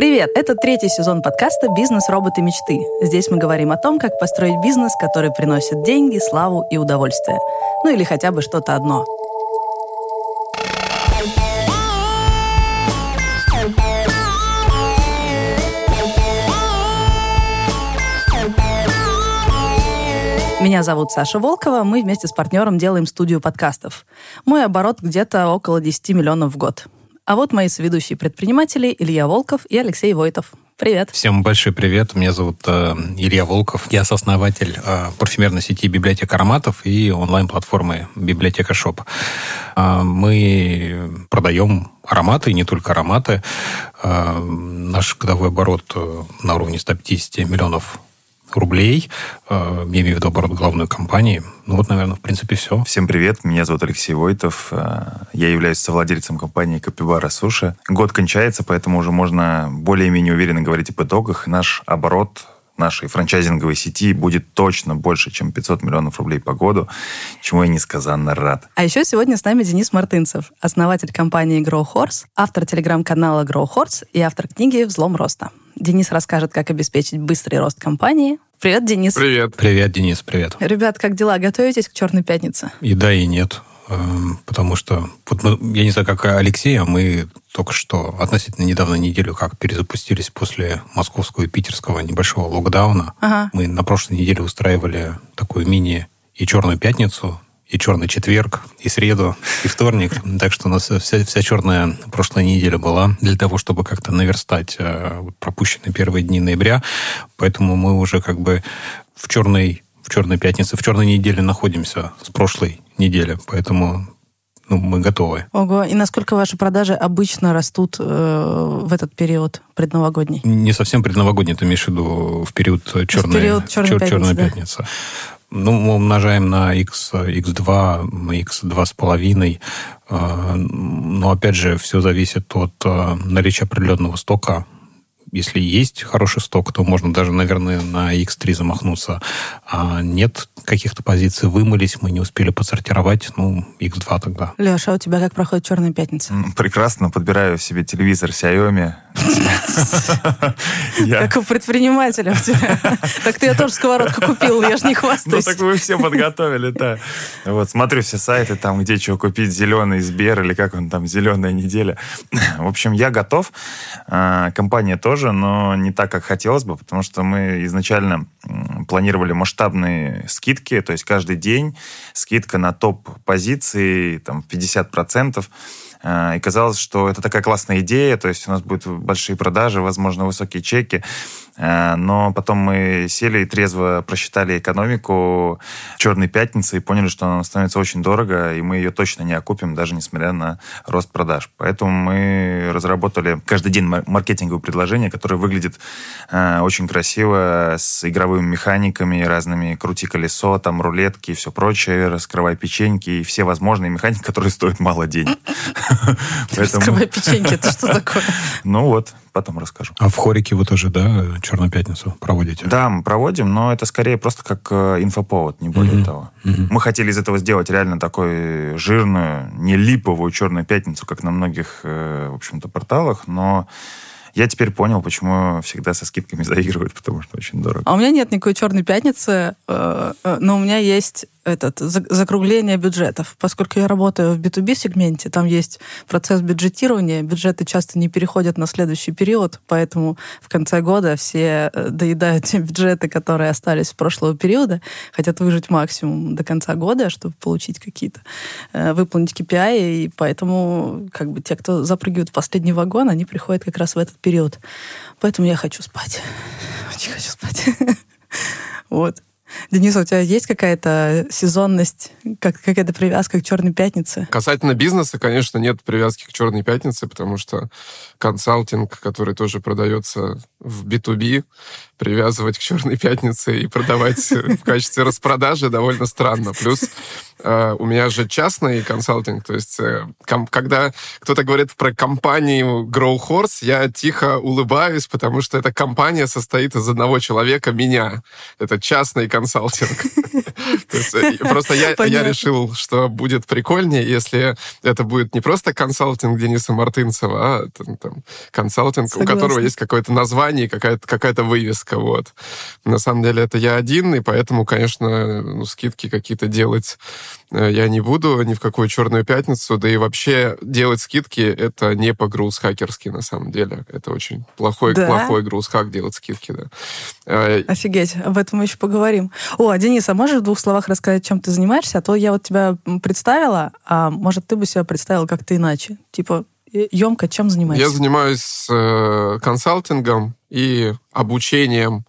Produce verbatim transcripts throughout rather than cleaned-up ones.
Привет! Это третий сезон подкаста «Бизнес. Роботы. Мечты». Здесь мы говорим о том, как построить бизнес, который приносит деньги, славу и удовольствие. Ну или хотя бы что-то одно. Меня зовут Саша Волкова, мы вместе с партнером делаем студию подкастов. Мой оборот где-то около десять миллионов в год. А вот мои соведущие предприниматели Илья Волков и Алексей Войтов. Привет. Всем большой привет. Меня зовут э, Илья Волков. Я сооснователь э, парфюмерной сети «Библиотека ароматов» и онлайн-платформы «Библиотека Шоп». Э, мы продаем ароматы, и не только ароматы. Э, наш годовой оборот э, на уровне сто пятьдесят миллионов рублей. Я имею в виду оборот главной компании. Ну вот, наверное, в принципе, все. Всем привет, меня зовут Алексей Войтов. Я являюсь совладельцем компании Capybara Sushi. Год кончается, поэтому уже можно более-менее уверенно говорить об итогах. Наш оборот нашей франчайзинговой сети будет точно больше, чем пятьсот миллионов рублей по году, чему я несказанно рад. А еще сегодня с нами Денис Мартынцев, основатель компании Grow Horse, автор телеграм-канала Grow Horse и автор книги «Взлом роста». Денис расскажет, как обеспечить быстрый рост компании. Привет, Денис. Привет. Привет, Денис, привет. Ребят, как дела? Готовитесь к «Черной пятнице»? И да, и нет. Потому что, вот мы, я не знаю, как Алексей, а мы только что, относительно недавно, неделю как перезапустились после московского и питерского небольшого локдауна. Ага. Мы на прошлой неделе устраивали такую мини- и «Черную пятницу», и «Черный четверг», и среду, и вторник. Так что у нас вся, вся черная прошлая неделя была для того, чтобы как-то наверстать э, пропущенные первые дни ноября. Поэтому мы уже как бы в черной, в черной пятнице, в черной неделе находимся с прошлой недели. Поэтому ну, мы готовы. Ого. И насколько ваши продажи обычно растут э, в этот период предновогодний? Не совсем предновогодний, ты имеешь в виду в период черной, в период черной, чер, пятницы, черной да? пятницы. Ну, мы умножаем на x, икс два, на икс два с половиной. Но, опять же, все зависит от наличия определенного стока. Если есть хороший сток, то можно даже, наверное, на икс три замахнуться. А нет каких-то позиций, вымылись, мы не успели подсортировать, ну, икс два тогда. Леша, а у тебя как проходит «Черная пятница»? Прекрасно, подбираю себе телевизор Xiaomi. Как у предпринимателя у тебя. Так ты я тоже сковородку купил, я же не хвастаюсь. Ну так вы все подготовили, да. Вот, смотрю все сайты, там, где что купить, зеленый Сбер, или как он там, зеленая неделя. В общем, я готов. Компания тоже, но не так, как хотелось бы, потому что мы изначально планировали масштабные скидки, то есть каждый день скидка на топ-позиции, там, пятьдесят процентов. И казалось, что это такая классная идея, то есть у нас будут большие продажи, возможно, высокие чеки. Но потом мы сели и трезво просчитали экономику «Черной пятницы» и поняли, что она становится очень дорого, и мы ее точно не окупим, даже несмотря на рост продаж. Поэтому мы разработали каждый день маркетинговое предложение, которое выглядит очень красиво, с игровыми механиками, разными «крути колесо», там рулетки и все прочее, раскрывай печеньки и все возможные механики, которые стоят мало денег. Раскрывай печеньки, это что такое? Ну вот, потом расскажу. А в Хорике вы тоже, да, «Черную пятницу» проводите? Да, мы проводим, но это скорее просто как инфоповод, не более mm-hmm. того. Mm-hmm. Мы хотели из этого сделать реально такой жирную, не липовую «Черную пятницу», как на многих, в общем-то, порталах, но я теперь понял, почему всегда со скидками заигрывают, потому что очень дорого. А у меня нет никакой «Черной пятницы», но у меня есть этот, закругление бюджетов. Поскольку я работаю в би ту би-сегменте, там есть процесс бюджетирования, бюджеты часто не переходят на следующий период, поэтому в конце года все доедают те бюджеты, которые остались с прошлого периода, хотят выжить максимум до конца года, чтобы получить какие-то, выполнить кей пи ай, и поэтому как бы те, кто запрыгивают в последний вагон, они приходят как раз в этот период. Поэтому я хочу спать. Очень хочу спать. Вот. Денис, у тебя есть какая-то сезонность, как, какая-то привязка к «Черной пятнице»? Касательно бизнеса, конечно, нет привязки к «Черной пятнице», потому что консалтинг, который тоже продается в би ту би, привязывать к «Черной пятнице» и продавать в качестве распродажи довольно странно. Плюс э, у меня же частный консалтинг, то есть э, ком- когда кто-то говорит про компанию Grow Horse, я тихо улыбаюсь, потому что эта компания состоит из одного человека, меня. Это частный консалтинг. Просто я решил, что будет прикольнее, если это будет не просто консалтинг Дениса Мартынцева, а консалтинг, у которого есть какое-то название, какая-то вывеска. Вот. На самом деле это я один, и поэтому, конечно, ну, скидки какие-то делать я не буду ни в какую черную пятницу, да и вообще делать скидки — это не по-груз-хакерски на самом деле. Это очень плохой, да? плохой груз-хак делать скидки, да. Офигеть, об этом мы еще поговорим. О, Денис, а можешь в двух словах рассказать, чем ты занимаешься? А то я вот тебя представила, а может, ты бы себя представила как-то иначе? Типа, емко, чем занимаешься? Я занимаюсь э, консалтингом и обучением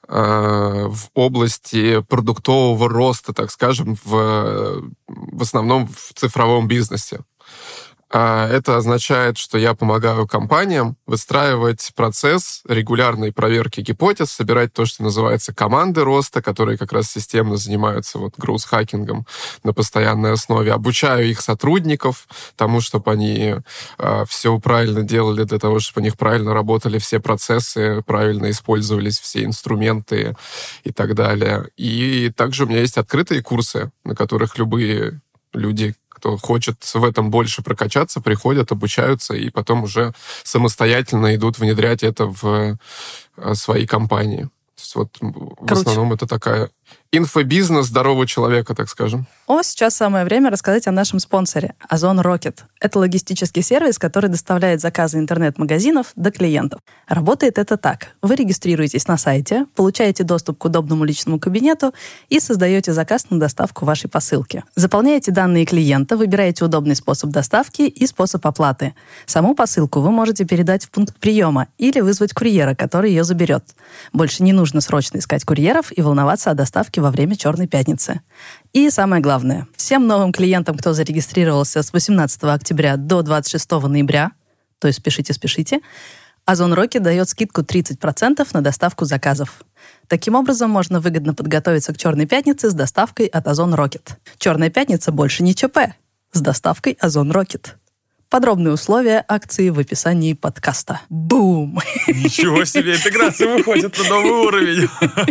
в области продуктового роста, так скажем, в, в основном в цифровом бизнесе. Это означает, что я помогаю компаниям выстраивать процесс регулярной проверки гипотез, собирать то, что называется команды роста, которые как раз системно занимаются вот гроус-хакингом на постоянной основе. Обучаю их сотрудников тому, чтобы они э, все правильно делали для того, чтобы у них правильно работали все процессы, правильно использовались все инструменты и так далее. И также у меня есть открытые курсы, на которых любые люди, кто хочет в этом больше прокачаться, приходят, обучаются и потом уже самостоятельно идут внедрять это в свои компании. То есть вот в основном это такая инфобизнес здорового человека, так скажем. О, сейчас самое время рассказать о нашем спонсоре – Озон Rocket. Это логистический сервис, который доставляет заказы интернет-магазинов до клиентов. Работает это так. Вы регистрируетесь на сайте, получаете доступ к удобному личному кабинету и создаете заказ на доставку вашей посылки. Заполняете данные клиента, выбираете удобный способ доставки и способ оплаты. Саму посылку вы можете передать в пункт приема или вызвать курьера, который ее заберет. Больше не нужно срочно искать курьеров и волноваться о доставке во время Черной пятницы. И самое главное, всем новым клиентам, кто зарегистрировался с восемнадцатого октября до двадцать шестого ноября, то есть спешите-спешите, Озон Rocket дает скидку тридцать процентов на доставку заказов. Таким образом, можно выгодно подготовиться к Черной пятнице с доставкой от Озон Rocket. Черная пятница больше не ЧП. С доставкой Озон Rocket. Подробные условия акции в описании подкаста. Бум! Ничего себе, интеграция выходит на новый уровень.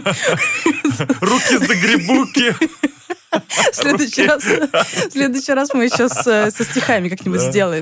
Руки загребуки. В следующий раз, в следующий раз мы еще с, со стихами как-нибудь да. сделаем.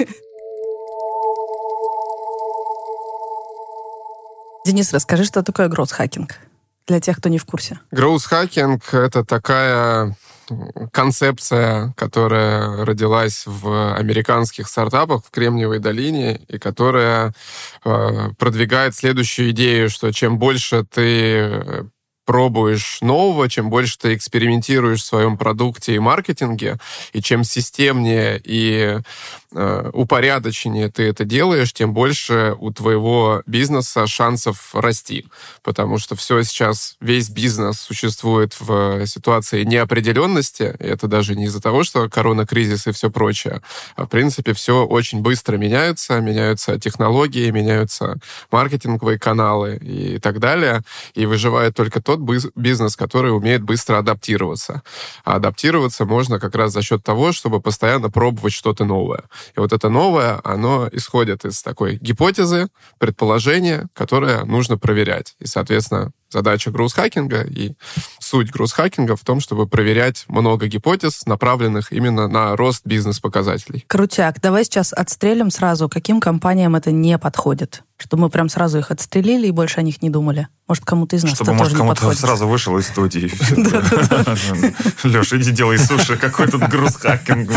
Денис, расскажи, что такое гроус-хакинг для тех, кто не в курсе. Гроус-хакинг — это такая концепция, которая родилась в американских стартапах в Кремниевой долине и которая э, продвигает следующую идею, что чем больше ты пробуешь нового, чем больше ты экспериментируешь в своем продукте и маркетинге, и чем системнее и э, упорядоченнее ты это делаешь, тем больше у твоего бизнеса шансов расти. Потому что все сейчас, весь бизнес существует в ситуации неопределенности, и это даже не из-за того, что корона-кризис и все прочее, а в принципе все очень быстро меняется, меняются технологии, меняются маркетинговые каналы и так далее, и выживает только тот бизнес, который умеет быстро адаптироваться. А адаптироваться можно как раз за счет того, чтобы постоянно пробовать что-то новое. И вот это новое, оно исходит из такой гипотезы, предположения, которое нужно проверять. И, соответственно, задача гроус-хакинга и суть гроус-хакинга в том, чтобы проверять много гипотез, направленных именно на рост бизнес-показателей. Крутяк. Давай сейчас отстрелим сразу, каким компаниям это не подходит. Чтобы мы прям сразу их отстрелили и больше о них не думали. Может, кому-то из нас Чтобы, это может, тоже не кому-то подходит. сразу вышел из студии. Леша, иди делай суши, какой тут гроус-хакинг.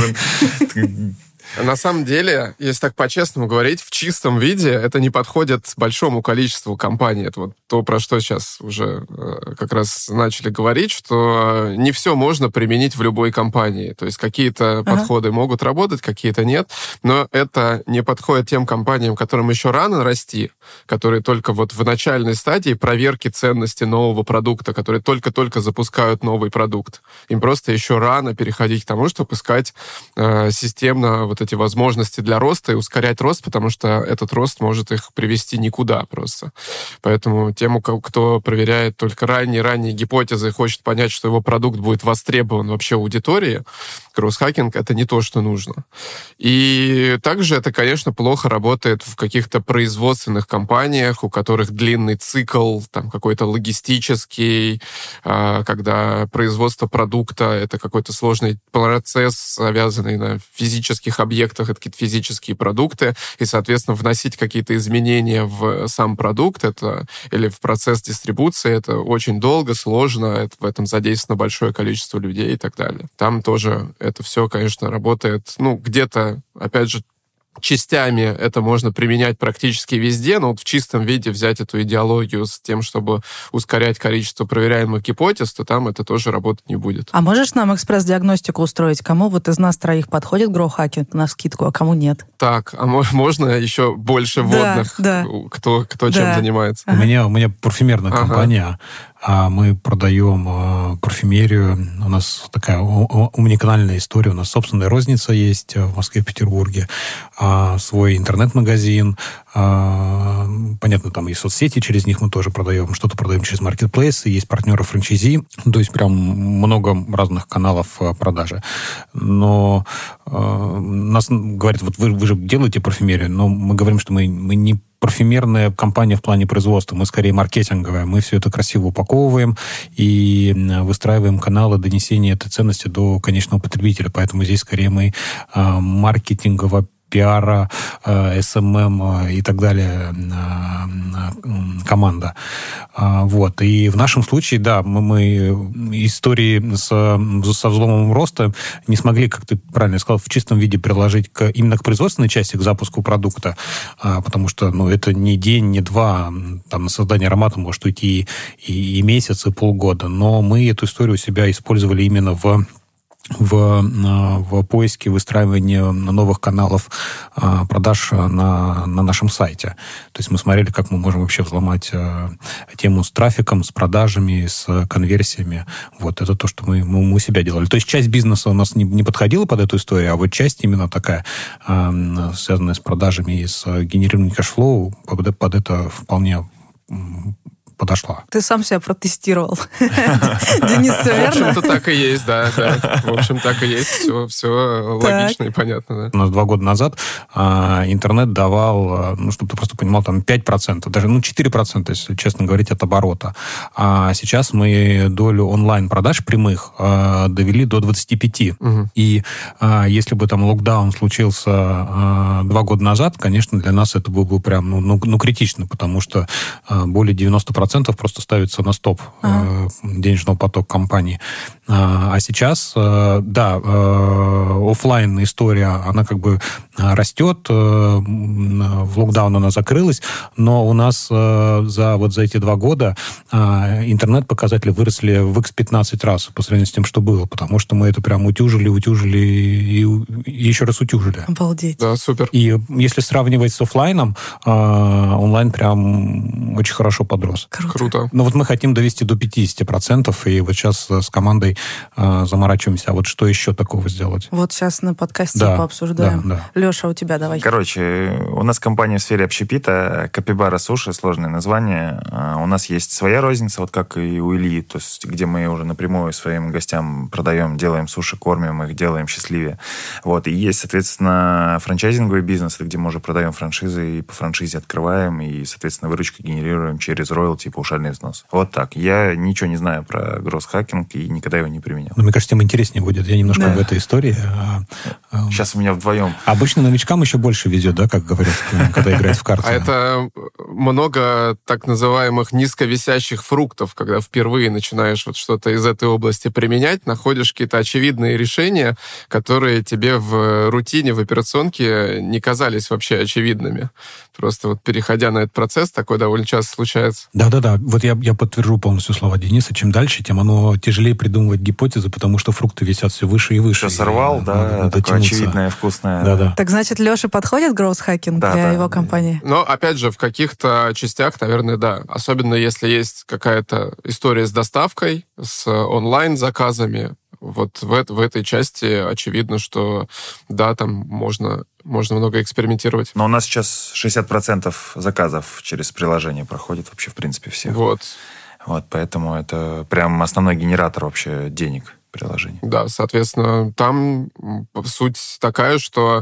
На самом деле, если так по-честному говорить, в чистом виде это не подходит большому количеству компаний. Это вот то, про что сейчас уже э, как раз начали говорить, что не все можно применить в любой компании. То есть какие-то ага. подходы могут работать, какие-то нет. Но это не подходит тем компаниям, которым еще рано расти, которые только вот в начальной стадии проверки ценности нового продукта, которые только-только запускают новый продукт. Им просто еще рано переходить к тому, чтобы искать э, системно вот эти возможности для роста и ускорять рост, потому что этот рост может их привести никуда просто. Поэтому тем, кто проверяет только ранние-ранние гипотезы и хочет понять, что его продукт будет востребован вообще аудитории, гроусс-хакинг — это не то, что нужно. И также это, конечно, плохо работает в каких-то производственных компаниях, у которых длинный цикл, там какой-то логистический, когда производство продукта — это какой-то сложный процесс, завязанный на физических объектах, это какие-то физические продукты, и, соответственно, вносить какие-то изменения в сам продукт это, или в процесс дистрибуции — это очень долго, сложно, это, в этом задействовано большое количество людей и так далее. Там тоже это все, конечно, работает, ну, где-то, опять же, частями это можно применять практически везде, но вот в чистом виде взять эту идеологию с тем, чтобы ускорять количество проверяемых гипотез, то там это тоже работать не будет. А можешь нам экспресс-диагностику устроить? Кому вот из нас троих подходит гроу-хакинг на скидку, а кому нет? Так, а можно еще больше вводных, да, да. кто, кто да. чем занимается? У меня, у меня парфюмерная ага. компания, а мы продаем парфюмерию. У нас такая уникальная история. У нас собственная розница есть в Москве и Петербурге, свой интернет-магазин. Понятно, там и соцсети, через них мы тоже продаем. Что-то продаем через маркетплейсы, есть партнеры франчайзи. То есть прям много разных каналов продажи. Но нас говорят, вот вы, вы же делаете парфюмерию, но мы говорим, что мы, мы не парфюмерная компания в плане производства, мы скорее маркетинговая. Мы все это красиво упаковываем и выстраиваем каналы донесения этой ценности до конечного потребителя. Поэтому здесь скорее мы маркетингово пиара, эс эм эм и так далее команда. Вот. И в нашем случае, да, мы, мы истории с, со взломом роста не смогли, как ты правильно сказал, в чистом виде приложить к, именно к производственной части, к запуску продукта, потому что ну, это не день, не два, там, на создание аромата может уйти и, и месяц, и полгода. Но мы эту историю у себя использовали именно в В, в поиске, выстраивании новых каналов продаж на, на нашем сайте. То есть мы смотрели, как мы можем вообще взломать тему с трафиком, с продажами, с конверсиями. Вот это то, что мы, мы у себя делали. То есть часть бизнеса у нас не, не подходила под эту историю, а вот часть именно такая, связанная с продажами и с генерированием кэшфлоу, под, под это вполне подошла. Ты сам себя протестировал. Денис, все верно? В общем-то, так и есть, да. В общем, так и есть. Все, все логично и понятно. У нас два года назад интернет давал, ну, чтобы ты просто понимал, там пять процентов, даже, ну, четыре процента, если честно говорить, от оборота. А сейчас мы долю онлайн-продаж прямых довели до двадцать пять. Угу. И если бы там локдаун случился два года назад, конечно, для нас это было бы прям, ну, ну, ну критично, потому что более девяносто процентов просто ставится на стоп ага. денежного потока компании. А сейчас, да, офлайн история, она как бы растет, в локдаун она закрылась, но у нас за, вот за эти два года интернет-показатели выросли в икс пятнадцать раз по сравнению с тем, что было, потому что мы это прям утюжили, утюжили и, и еще раз утюжили. Обалдеть. Да, супер. И если сравнивать с офлайном, онлайн прям очень хорошо подрос. Круто. Круто. Но вот мы хотим довести до пятьдесят процентов, и вот сейчас с командой э, заморачиваемся, а вот что еще такого сделать? Вот сейчас на подкасте да, пообсуждаем. Да, да. Леша, у тебя давай. Короче, у нас компания в сфере общепита, Капибара Суши, сложное название. У нас есть своя розница, вот как и у Ильи, то есть где мы уже напрямую своим гостям продаем, делаем суши, кормим их, делаем счастливее. Вот. И есть, соответственно, франчайзинговый бизнес, где мы уже продаем франшизы и по франшизе открываем, и, соответственно, выручку генерируем через роялти, паушальный взнос. Вот так. Я ничего не знаю про гросс-хакинг и никогда его не применял. Но мне кажется, тем интереснее будет. Я немножко да. в этой истории. Сейчас у меня вдвоем. Обычно новичкам еще больше везет, да, как говорят, когда играют в карты. А это много так называемых низковисящих фруктов, когда впервые начинаешь вот что-то из этой области применять, находишь какие-то очевидные решения, которые тебе в рутине, в операционке не казались вообще очевидными. Просто вот переходя на этот процесс, такое довольно часто случается. Да-да-да, вот я, я подтвержу полностью слова Дениса. Чем дальше, тем оно тяжелее придумывать гипотезы, потому что фрукты висят все выше и выше. Все сорвал, и, да, такое очевидное, вкусное. Да-да. Так значит, Леше подходит гроусс-хакинг да, для да, его да. компании? Но, опять же, в каких-то частях, наверное, да. Особенно если есть какая-то история с доставкой, с онлайн-заказами. Вот в, в этой части очевидно, что да, там можно... Можно много экспериментировать. Но у нас сейчас шестьдесят процентов заказов через приложение проходит вообще, в принципе, всех. Вот. Вот, поэтому это прям основной генератор вообще денег. приложений. Да, соответственно, там суть такая, что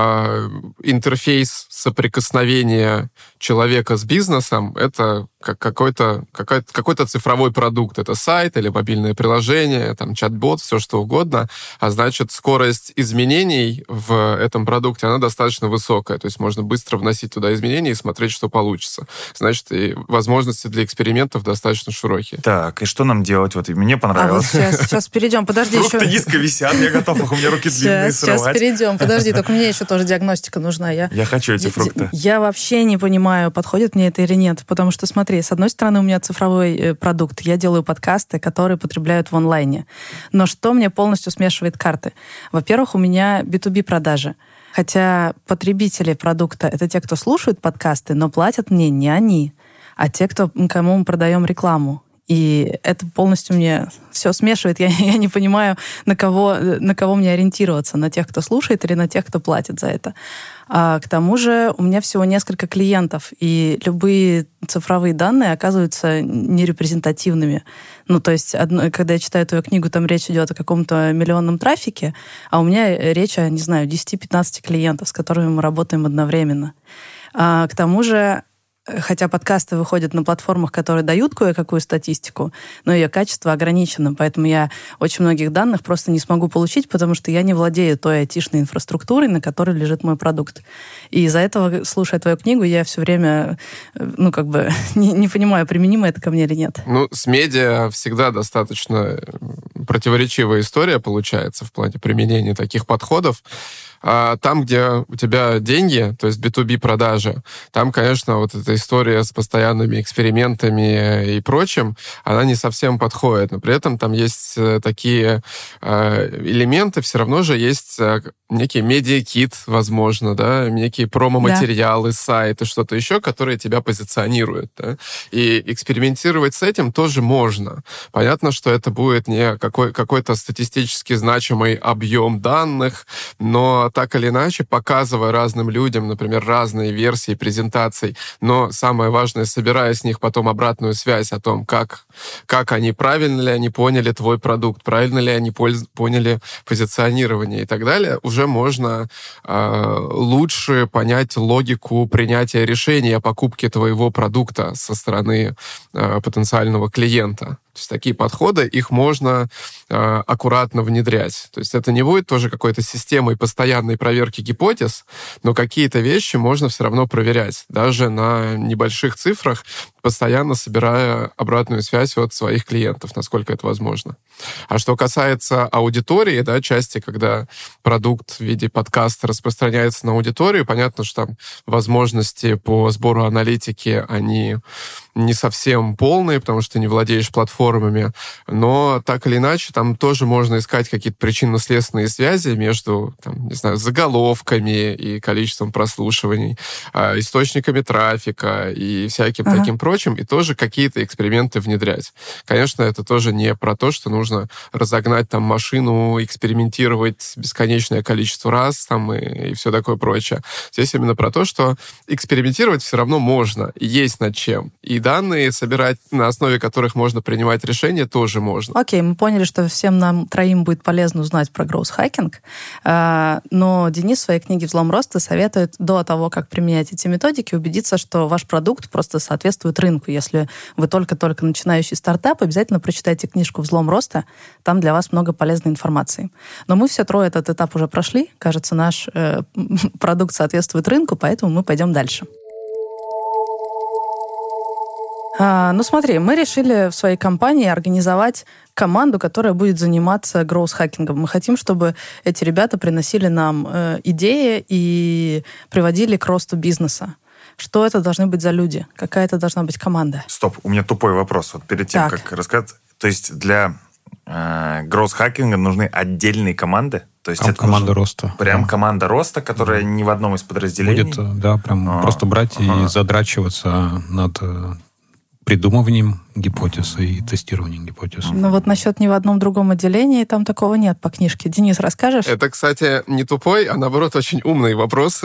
э, интерфейс соприкосновения человека с бизнесом — это как какой-то, какой-то, какой-то цифровой продукт. Это сайт или мобильное приложение, там, чат-бот, все что угодно. А значит, скорость изменений в этом продукте, она достаточно высокая. То есть можно быстро вносить туда изменения и смотреть, что получится. Значит, и возможности для экспериментов достаточно широкие. Так, и что нам делать? Вот мне понравилось. А вот сейчас, сейчас перейдем. Подожди, Фрукты еще... низко висят, я готов их, у меня руки длинные срывать. Сейчас перейдем. Подожди, только мне еще тоже диагностика нужна. Я, я хочу эти фрукты. Я, я вообще не понимаю, подходит мне это или нет. Потому что, смотри, с одной стороны, у меня цифровой продукт. Я делаю подкасты, которые потребляют в онлайне. Но что мне полностью смешивает карты? Во-первых, у меня би ту би продажи. Хотя потребители продукта — это те, кто слушают подкасты, но платят мне не они, а те, кто, кому мы продаем рекламу. И это полностью мне все смешивает. Я, я не понимаю, на кого, на кого мне ориентироваться. На тех, кто слушает, или на тех, кто платит за это. А к тому же у меня всего несколько клиентов, и любые цифровые данные оказываются нерепрезентативными. Ну, то есть, одно, когда я читаю твою книгу, там речь идет о каком-то миллионном трафике, а у меня речь о, не знаю, десять-пятнадцать клиентов, с которыми мы работаем одновременно. А к тому же, хотя подкасты выходят на платформах, которые дают кое-какую статистику, но ее качество ограничено, поэтому я очень многих данных просто не смогу получить, потому что я не владею той айтишной инфраструктурой, на которой лежит мой продукт. И из-за этого, слушая твою книгу, я все время, ну, как бы, не, не понимаю, применимо это ко мне или нет. Ну, с медиа всегда достаточно противоречивая история получается в плане применения таких подходов. Там, где у тебя деньги, то есть би ту би продажи, там, конечно, вот эта история с постоянными экспериментами и прочим, она не совсем подходит. Но при этом там есть такие элементы, все равно же есть некий медиакит, возможно, да, некие промо-материалы, да, сайты, что-то еще, которые тебя позиционируют. Да? И экспериментировать с этим тоже можно. Понятно, что это будет не какой, какой-то статистически значимый объем данных, но так или иначе, показывая разным людям, например, разные версии презентаций, но самое важное, собирая с них потом обратную связь о том, как, как они, правильно ли они поняли твой продукт, правильно ли они поняли позиционирование и так далее, уже можно э, лучше понять логику принятия решения о покупке твоего продукта со стороны э, потенциального клиента. То есть такие подходы, их можно э, аккуратно внедрять. То есть это не будет тоже какой-то системой постоянной проверки гипотез, но какие-то вещи можно все равно проверять, даже на небольших цифрах, постоянно собирая обратную связь от своих клиентов, насколько это возможно. А что касается аудитории, да, части, когда продукт в виде подкаста распространяется на аудиторию, понятно, что там возможности по сбору аналитики, они не совсем полные, потому что ты не владеешь платформами, но так или иначе там тоже можно искать какие-то причинно-следственные связи между, там, не знаю, заголовками и количеством прослушиваний, источниками трафика и всяким ага. таким прочим, и тоже какие-то эксперименты внедрять. Конечно, это тоже не про то, что нужно разогнать там машину, экспериментировать бесконечное количество раз там, и, и все такое прочее. Здесь именно про то, что экспериментировать все равно можно, и есть над чем. И данные собирать, на основе которых можно принимать решения, тоже можно. Окей, мы поняли, что всем нам троим будет полезно узнать про гроус-хакинг, но Денис в своей книге «Взлом роста» советует до того, как применять эти методики, убедиться, что ваш продукт просто соответствует рынку. Если вы только-только начинающий стартап, обязательно прочитайте книжку «Взлом роста», там для вас много полезной информации. Но мы все трое этот этап уже прошли. Кажется, наш э, продукт соответствует рынку, поэтому мы пойдем дальше. А, ну смотри, мы решили в своей компании организовать команду, которая будет заниматься гроус-хакингом. Мы хотим, чтобы эти ребята приносили нам э, идеи и приводили к росту бизнеса. Что это должны быть за люди? Какая это должна быть команда? Стоп, у меня тупой вопрос. Вот перед тем, так. как рассказать. То есть для э, гроус-хакинга нужны отдельные команды? То есть прям это команда роста. Прям да. команда роста, которая да. не в одном из подразделений? Будет, да, прям а, просто брать ага. и задрачиваться над придумыванием гипотез и тестирования гипотез. Ну вот насчет ни в одном другом отделении там такого нет по книжке. Денис, расскажешь? Это, кстати, не тупой, а наоборот очень умный вопрос.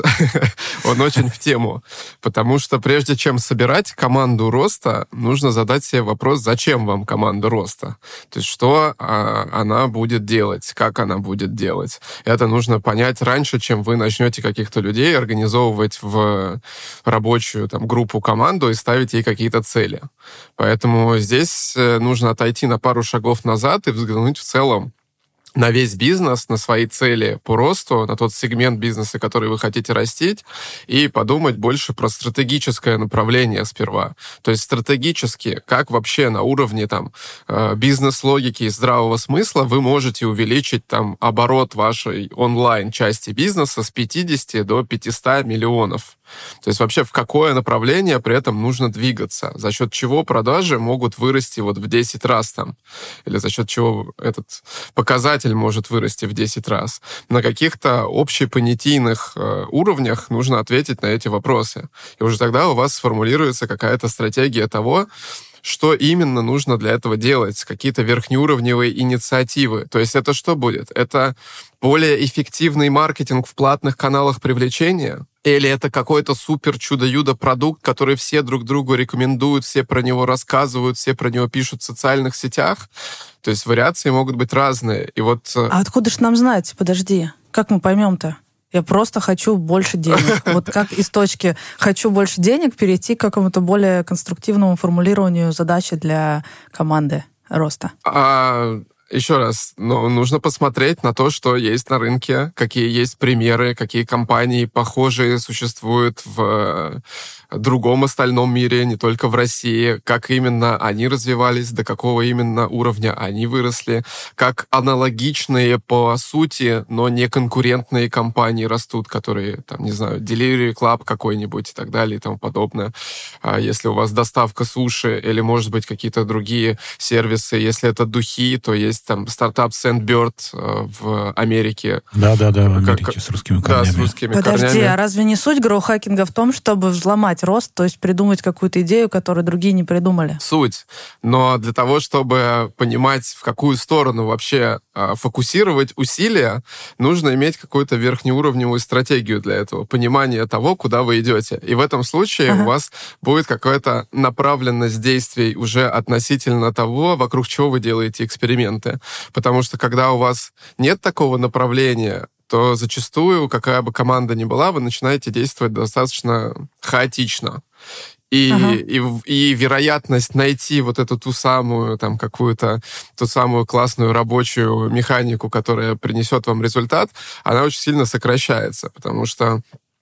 Он очень в тему. Потому что прежде чем собирать команду роста, нужно задать себе вопрос, зачем вам команда роста? То есть что а, она будет делать, как она будет делать. Это нужно понять раньше, чем вы начнете каких-то людей организовывать в рабочую там, группу, команду и ставить ей какие-то цели. Поэтому здесь нужно отойти на пару шагов назад и взглянуть в целом на весь бизнес, на свои цели по росту, на тот сегмент бизнеса, который вы хотите растить, и подумать больше про стратегическое направление сперва. То есть стратегически, как вообще на уровне там, бизнес-логики и здравого смысла вы можете увеличить там, оборот вашей онлайн-части бизнеса с пятидесяти до пятисот миллионов. То есть вообще в какое направление при этом нужно двигаться, за счет чего продажи могут вырасти вот в десять раз там, или за счет чего этот показатель может вырасти в десять раз. На каких-то общепонятийных э, уровнях нужно ответить на эти вопросы. И уже тогда у вас сформулируется какая-то стратегия того, что именно нужно для этого делать, какие-то верхнеуровневые инициативы. То есть это что будет? Это более эффективный маркетинг в платных каналах привлечения? Или это какой-то супер чудо-юдо продукт, который все друг другу рекомендуют, все про него рассказывают, все про него пишут в социальных сетях? То есть вариации могут быть разные. И вот... А откуда ж нам знать? Подожди. Как мы поймем-то? Я просто хочу больше денег. Вот как из точки «хочу больше денег» перейти к какому-то более конструктивному формулированию задачи для команды роста. А, еще раз, ну, нужно посмотреть на то, что есть на рынке, какие есть примеры, какие компании похожие существуют в другом остальном мире, не только в России, как именно они развивались, до какого именно уровня они выросли, как аналогичные по сути, но не конкурентные компании растут, которые, там, не знаю, Delivery Club какой-нибудь и так далее и тому подобное. Если у вас доставка суши или, может быть, какие-то другие сервисы, если это духи, то есть там стартап Sandbird в Америке. Да-да-да, в Америке как, с русскими корнями. Да, с русскими Подожди, корнями. а разве не суть гроу-хакинга в том, чтобы взломать рост, то есть придумать какую-то идею, которую другие не придумали? Суть. Но для того, чтобы понимать, в какую сторону вообще э, фокусировать усилия, нужно иметь какую-то верхнеуровневую стратегию для этого, понимание того, куда вы идете. И в этом случае ага. у вас будет какая-то направленность действий уже относительно того, вокруг чего вы делаете эксперименты. Потому что когда у вас нет такого направления, то зачастую, какая бы команда ни была, вы начинаете действовать достаточно хаотично. И, ага. и, и вероятность найти вот эту ту самую, там, какую-то, ту самую классную рабочую механику, которая принесет вам результат, она очень сильно сокращается, потому что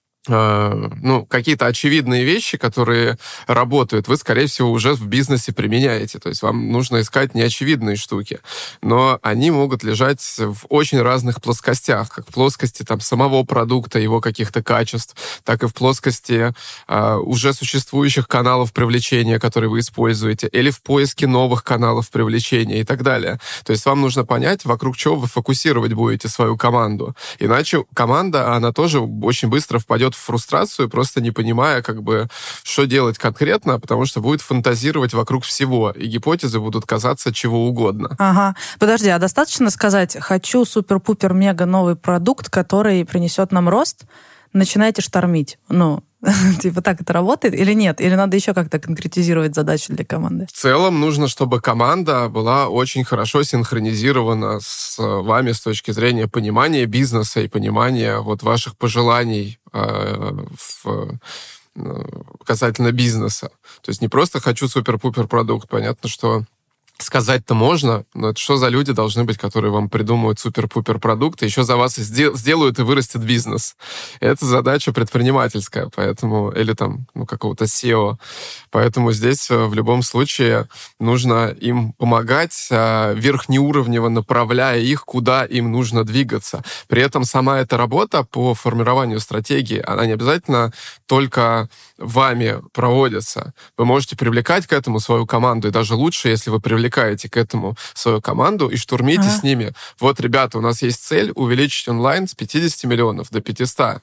ну, какие-то очевидные вещи, которые работают, вы, скорее всего, уже в бизнесе применяете. То есть вам нужно искать неочевидные штуки. Но они могут лежать в очень разных плоскостях, как в плоскости там, самого продукта, его каких-то качеств, так и в плоскости э, уже существующих каналов привлечения, которые вы используете, или в поиске новых каналов привлечения и так далее. То есть вам нужно понять, вокруг чего вы фокусировать будете свою команду. Иначе команда, она тоже очень быстро впадет в фрустрацию, просто не понимая, как бы, что делать конкретно, потому что будет фантазировать вокруг всего, и гипотезы будут казаться чего угодно. Ага. Подожди, а достаточно сказать, хочу супер-пупер-мега новый продукт, который принесет нам рост, начинайте штормить. Ну, типа так это работает или нет? Или надо еще как-то конкретизировать задачу для команды? В целом нужно, чтобы команда была очень хорошо синхронизирована с вами с точки зрения понимания бизнеса и понимания вот ваших пожеланий э, в касательно бизнеса. То есть не просто хочу супер-пупер продукт. Понятно, что сказать-то можно, но это что за люди должны быть, которые вам придумают супер-пупер продукты, еще за вас и сделают и вырастет бизнес. Это задача предпринимательская, поэтому, или там, ну, какого-то сео. Поэтому здесь в любом случае нужно им помогать, верхнеуровнево направляя их, куда им нужно двигаться. При этом сама эта работа по формированию стратегии, она не обязательно только вами проводится. Вы можете привлекать к этому свою команду, и даже лучше, если вы привлекаете к этому свою команду и штурмите ага. с ними. Вот, ребята, у нас есть цель увеличить онлайн с пятидесяти миллионов до пятисот.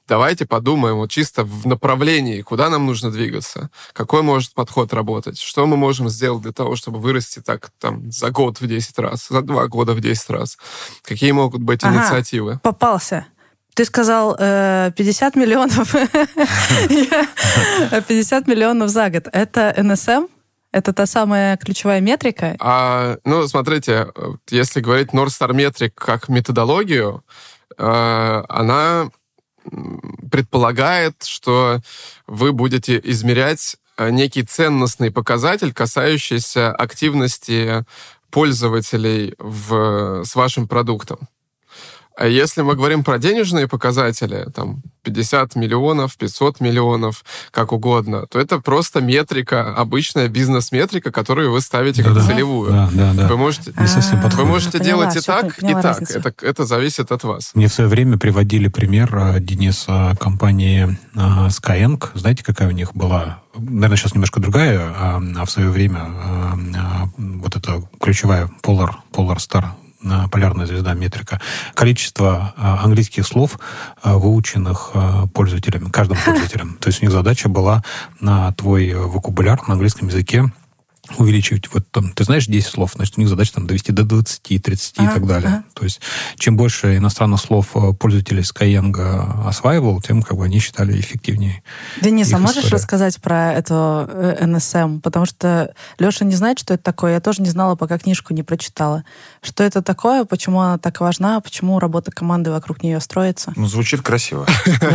давайте подумаем вот чисто в направлении, куда нам нужно двигаться, какой может подход работать, что мы можем сделать для того, чтобы вырасти так там за год в десять раз, за два года в десять раз. Какие могут быть ага, инициативы? Попался. Ты сказал э, пятьдесят миллионов. пятьдесят миллионов за год. Это эн эс эм? Это та самая ключевая метрика? А, ну, смотрите, если говорить North Star Metric как методологию, э, она предполагает, что вы будете измерять некий ценностный показатель, касающийся активности пользователей в, с вашим продуктом. А если мы говорим про денежные показатели, там пятьдесят миллионов, пятьсот миллионов, как угодно, то это просто метрика, обычная бизнес-метрика, которую вы ставите как да, целевую. Да, да, да. Вы можете, не совсем вы можете поняла, делать и все, так, и так. Это, это зависит от вас. Мне в свое время приводили пример, Денис, компании Skyeng. Знаете, какая у них была? Наверное, сейчас немножко другая, а в свое время вот эта ключевая Polar, Polar Star, полярная звезда, метрика, количество английских слов, выученных пользователями, каждым пользователем. То есть у них задача была на твой вокабуляр на английском языке увеличивать. Вот там, ты знаешь десять слов, значит, у них задача там довести до двадцати, тридцати ага, и так далее. Ага. То есть чем больше иностранных слов пользователи Skyeng осваивал, тем как бы они считали эффективнее. Денис, а можешь история. рассказать про эту эн эс эм? Потому что Леша не знает, что это такое. Я тоже не знала, пока книжку не прочитала. Что это такое, почему она так важна, почему работа команды вокруг нее строится? Ну, звучит красиво.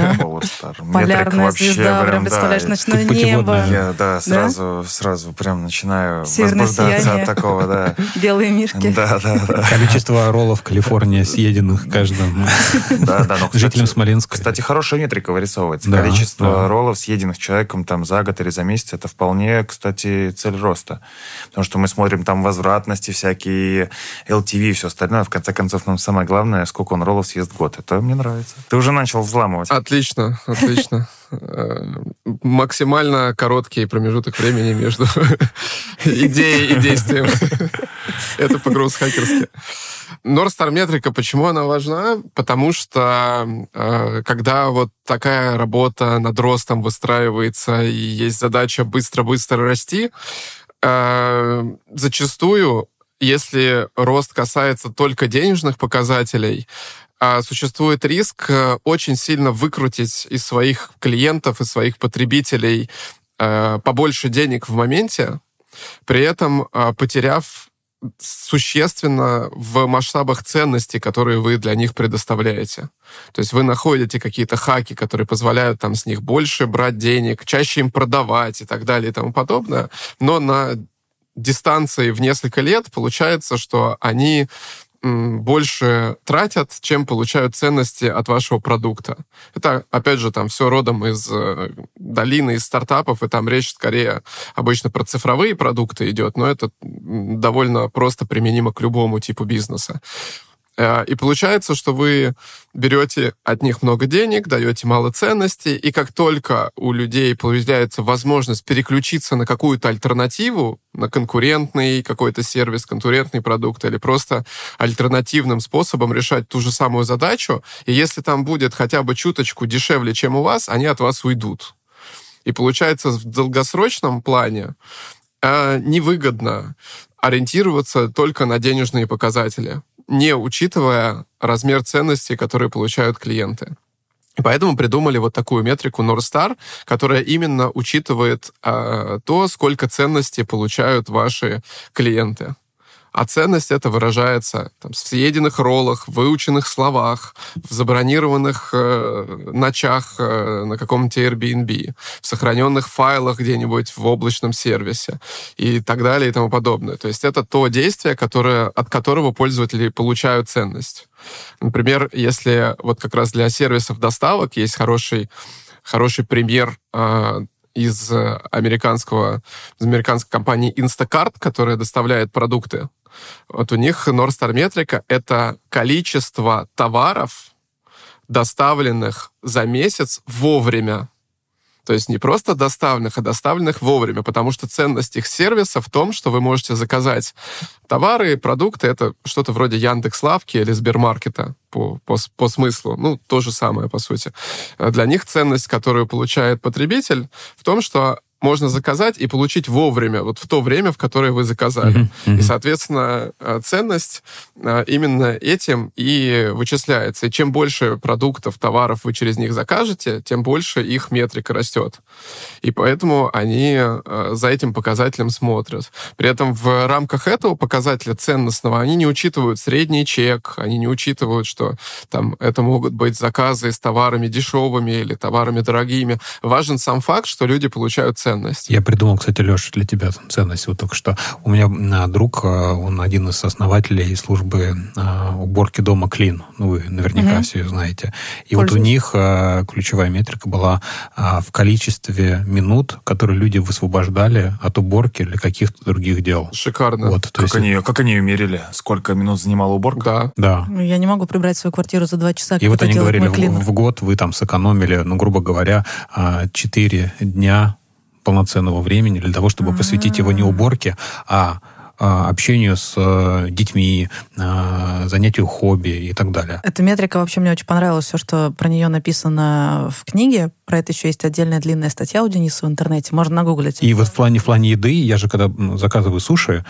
Полярная звезда, прям представляешь, ночное небо. Я, да, сразу, сразу прям начинаю возбуждаться от такого, да. Белые мишки. Да, да, да. Количество роллов в Калифорнии съеденных каждым да, да, но, жителям Смоленска. Кстати, хорошая метрика вырисовывается. Да, количество да. роллов, съеденных человеком там за год или за месяц, это вполне, кстати, цель роста. Потому что мы смотрим там возвратности всякие, эл ти ви и все остальное. В конце концов, нам самое главное, сколько он роллов съест в год. Это мне нравится. Ты уже начал взламывать. Отлично, отлично. Максимально короткий промежуток времени между идеей и действием. Это по-гроссхакерски. North Star метрика, почему она важна? Потому что когда вот такая работа над ростом выстраивается и есть задача быстро-быстро расти, зачастую, если рост касается только денежных показателей, существует риск очень сильно выкрутить из своих клиентов, из своих потребителей побольше денег в моменте, при этом потеряв существенно в масштабах ценностей, которые вы для них предоставляете. То есть вы находите какие-то хаки, которые позволяют там с них больше брать денег, чаще им продавать и так далее и тому подобное, но на дистанции в несколько лет получается, что они больше тратят, чем получают ценности от вашего продукта. Это, опять же, там все родом из э, долины, из стартапов, и там речь скорее обычно про цифровые продукты идет, но это довольно просто применимо к любому типу бизнеса. И получается, что вы берете от них много денег, даете мало ценностей, и как только у людей появляется возможность переключиться на какую-то альтернативу, на конкурентный какой-то сервис, конкурентный продукт, или просто альтернативным способом решать ту же самую задачу, и если там будет хотя бы чуточку дешевле, чем у вас, они от вас уйдут. И получается, в долгосрочном плане э, невыгодно ориентироваться только на денежные показатели, не учитывая размер ценностей, которые получают клиенты. И поэтому придумали вот такую метрику North Star, которая именно учитывает э, то, сколько ценностей получают ваши клиенты. А ценность это выражается там, в съеденных роллах, в выученных словах, в забронированных э, ночах э, на каком-то Airbnb, в сохраненных файлах где-нибудь в облачном сервисе и так далее и тому подобное. То есть это то действие, которое, от которого пользователи получают ценность. Например, если вот как раз для сервисов доставок есть хороший, хороший пример э, из американского, из американской компании Instacart, которая доставляет продукты. Вот у них North Star метрика — это количество товаров, доставленных за месяц вовремя. То есть не просто доставленных, а доставленных вовремя, потому что ценность их сервиса в том, что вы можете заказать товары и продукты. Это что-то вроде Яндекс.Лавки или Сбермаркета по, по, по смыслу. Ну, то же самое, по сути. Для них ценность, которую получает потребитель, в том, что можно заказать и получить вовремя, вот в то время, в которое вы заказали. Mm-hmm. Mm-hmm. И, соответственно, ценность именно этим и вычисляется. И чем больше продуктов, товаров вы через них закажете, тем больше их метрика растет. И поэтому они за этим показателем смотрят. При этом в рамках этого показателя ценностного они не учитывают средний чек, они не учитывают, что там это могут быть заказы с товарами дешевыми или товарами дорогими. Важен сам факт, что люди получают ценность. Ценность. Я придумал, кстати, Леша, для тебя ценность. Вот только что у меня друг, он один из основателей службы уборки дома Clean. Ну, вы наверняка угу. все знаете. И Пользуюсь. Вот у них ключевая метрика была в количестве минут, которые люди высвобождали от уборки или каких-то других дел. Шикарно. Вот, как, есть... они, как они ее мерили? Сколько минут занимала уборка? Да. да. Я не могу прибрать свою квартиру за два часа. И вот они говорили, в, в год вы там сэкономили, ну, грубо говоря, четыре дня полноценного времени для того, чтобы А-а-а. посвятить его не уборке, а общению с детьми, занятию хобби и так далее. Эта метрика вообще мне очень понравилась, все, что про нее написано в книге. Про это еще есть отдельная длинная статья у Дениса в интернете. Можно нагуглить. И вот в плане, в плане еды, я же когда заказываю суши,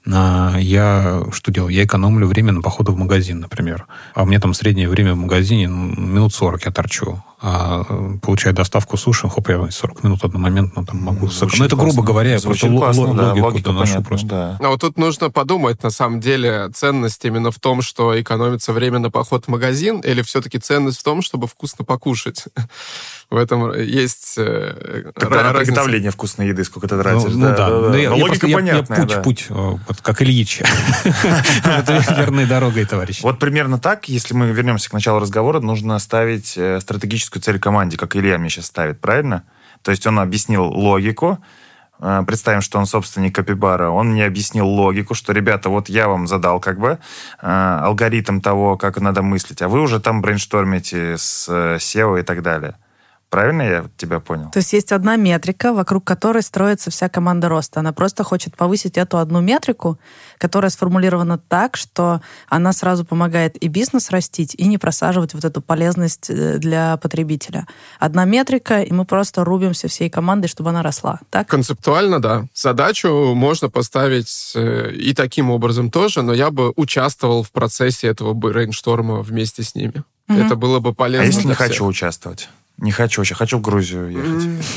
я что делаю? Я экономлю время на походы в магазин, например. А у меня там среднее время в магазине минут сорок я торчу. А получая доставку суши, хоп, я сорок минут одномоментно там могу... Звучит ну, это, грубо классно. говоря, Звучит просто классно, л- да, логику доношу понятно, просто. Да. А вот тут нужно подумать, на самом деле, ценность именно в том, что экономится время на поход в магазин, или все-таки ценность в том, чтобы вкусно покушать? В этом есть э, Тогда на разница. приготовление вкусной еды сколько ты тратишь. Ну, да, да, да, да. да. Я, Но я логика просто, понятная. Я, я путь, да. путь, вот, как Ильич. Это верной дорогой, товарищ. Вот примерно так, если мы вернемся к началу разговора, нужно ставить стратегическую цель команде, как Илья мне сейчас ставит, правильно? То есть он объяснил логику. Представим, что он собственник Капибара. Он мне объяснил логику, что, ребята, вот я вам задал как бы алгоритм того, как надо мыслить, а вы уже там брейнштормите с сео и так далее. Правильно я тебя понял? То есть есть одна метрика, вокруг которой строится вся команда роста. Она просто хочет повысить эту одну метрику, которая сформулирована так, что она сразу помогает и бизнес растить, и не просаживать вот эту полезность для потребителя. Одна метрика, и мы просто рубимся всей командой, чтобы она росла. Так? Концептуально, да. Задачу можно поставить и таким образом тоже, но я бы участвовал в процессе этого брейншторма вмесе с ними. Угу. Это было бы полезно. А если не всех. хочу участвовать? Не хочу, я хочу в Грузию ехать.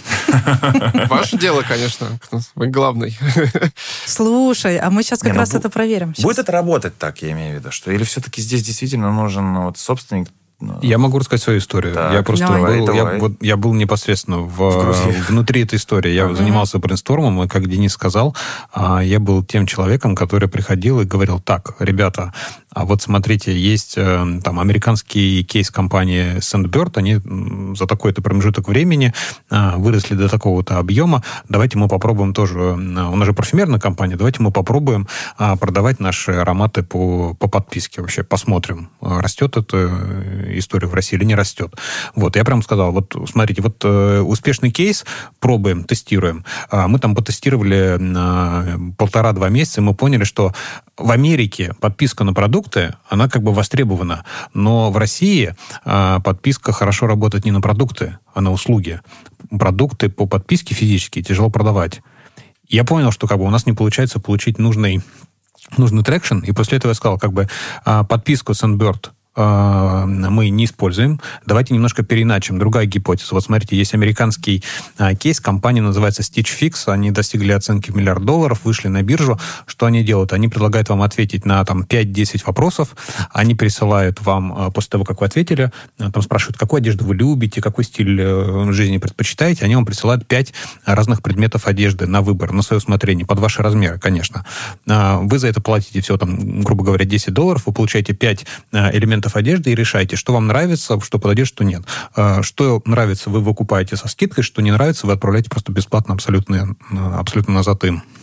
Ваше дело, конечно. Вы главный. Слушай, а мы сейчас как не, раз ну, это проверим. Сейчас. Будет это работать так, я имею в виду? Что, или все-таки здесь действительно нужен вот, собственник? Я могу рассказать свою историю. Так, я просто давай, был, давай. Я, вот, я был непосредственно в, в внутри этой истории. Я uh-huh. занимался брейнстормом, и, как Денис сказал, я был тем человеком, который приходил и говорил: так, ребята, а вот смотрите, есть там американский кейс компании Sandbird, они за такой-то промежуток времени выросли до такого-то объема. Давайте мы попробуем тоже, у нас же парфюмерная компания, давайте мы попробуем продавать наши ароматы по, по подписке вообще, посмотрим, растет эта история в России или не растет. Вот, я прям сказал, вот смотрите, вот успешный кейс, пробуем, тестируем. Мы там потестировали полтора-два месяца, и мы поняли, что в Америке подписка на продукты, она как бы востребована, но в России а, подписка хорошо работает не на продукты, а на услуги. Продукты по подписке физически тяжело продавать. Я понял, что как бы у нас не получается получить нужный, нужный трекшн, и после этого я сказал, как бы а, подписку Sandbird мы не используем. Давайте немножко переиначим. Другая гипотеза. Вот смотрите, есть американский а, кейс, компания называется Stitch Fix, они достигли оценки в миллиард долларов, вышли на биржу. Что они делают? Они предлагают вам ответить на там, пять-десять вопросов, они присылают вам, а, после того, как вы ответили, а, там спрашивают, какую одежду вы любите, какой стиль э, жизни предпочитаете, они вам присылают пять разных предметов одежды на выбор, на свое усмотрение, под ваши размеры, конечно. А, вы за это платите всего, там, грубо говоря, десять долларов, вы получаете пять а, элементов одежды и решайте, что вам нравится, что подойдет, что нет. Что нравится, вы выкупаете со скидкой, что не нравится, вы отправляете просто бесплатно абсолютно, абсолютно назад им.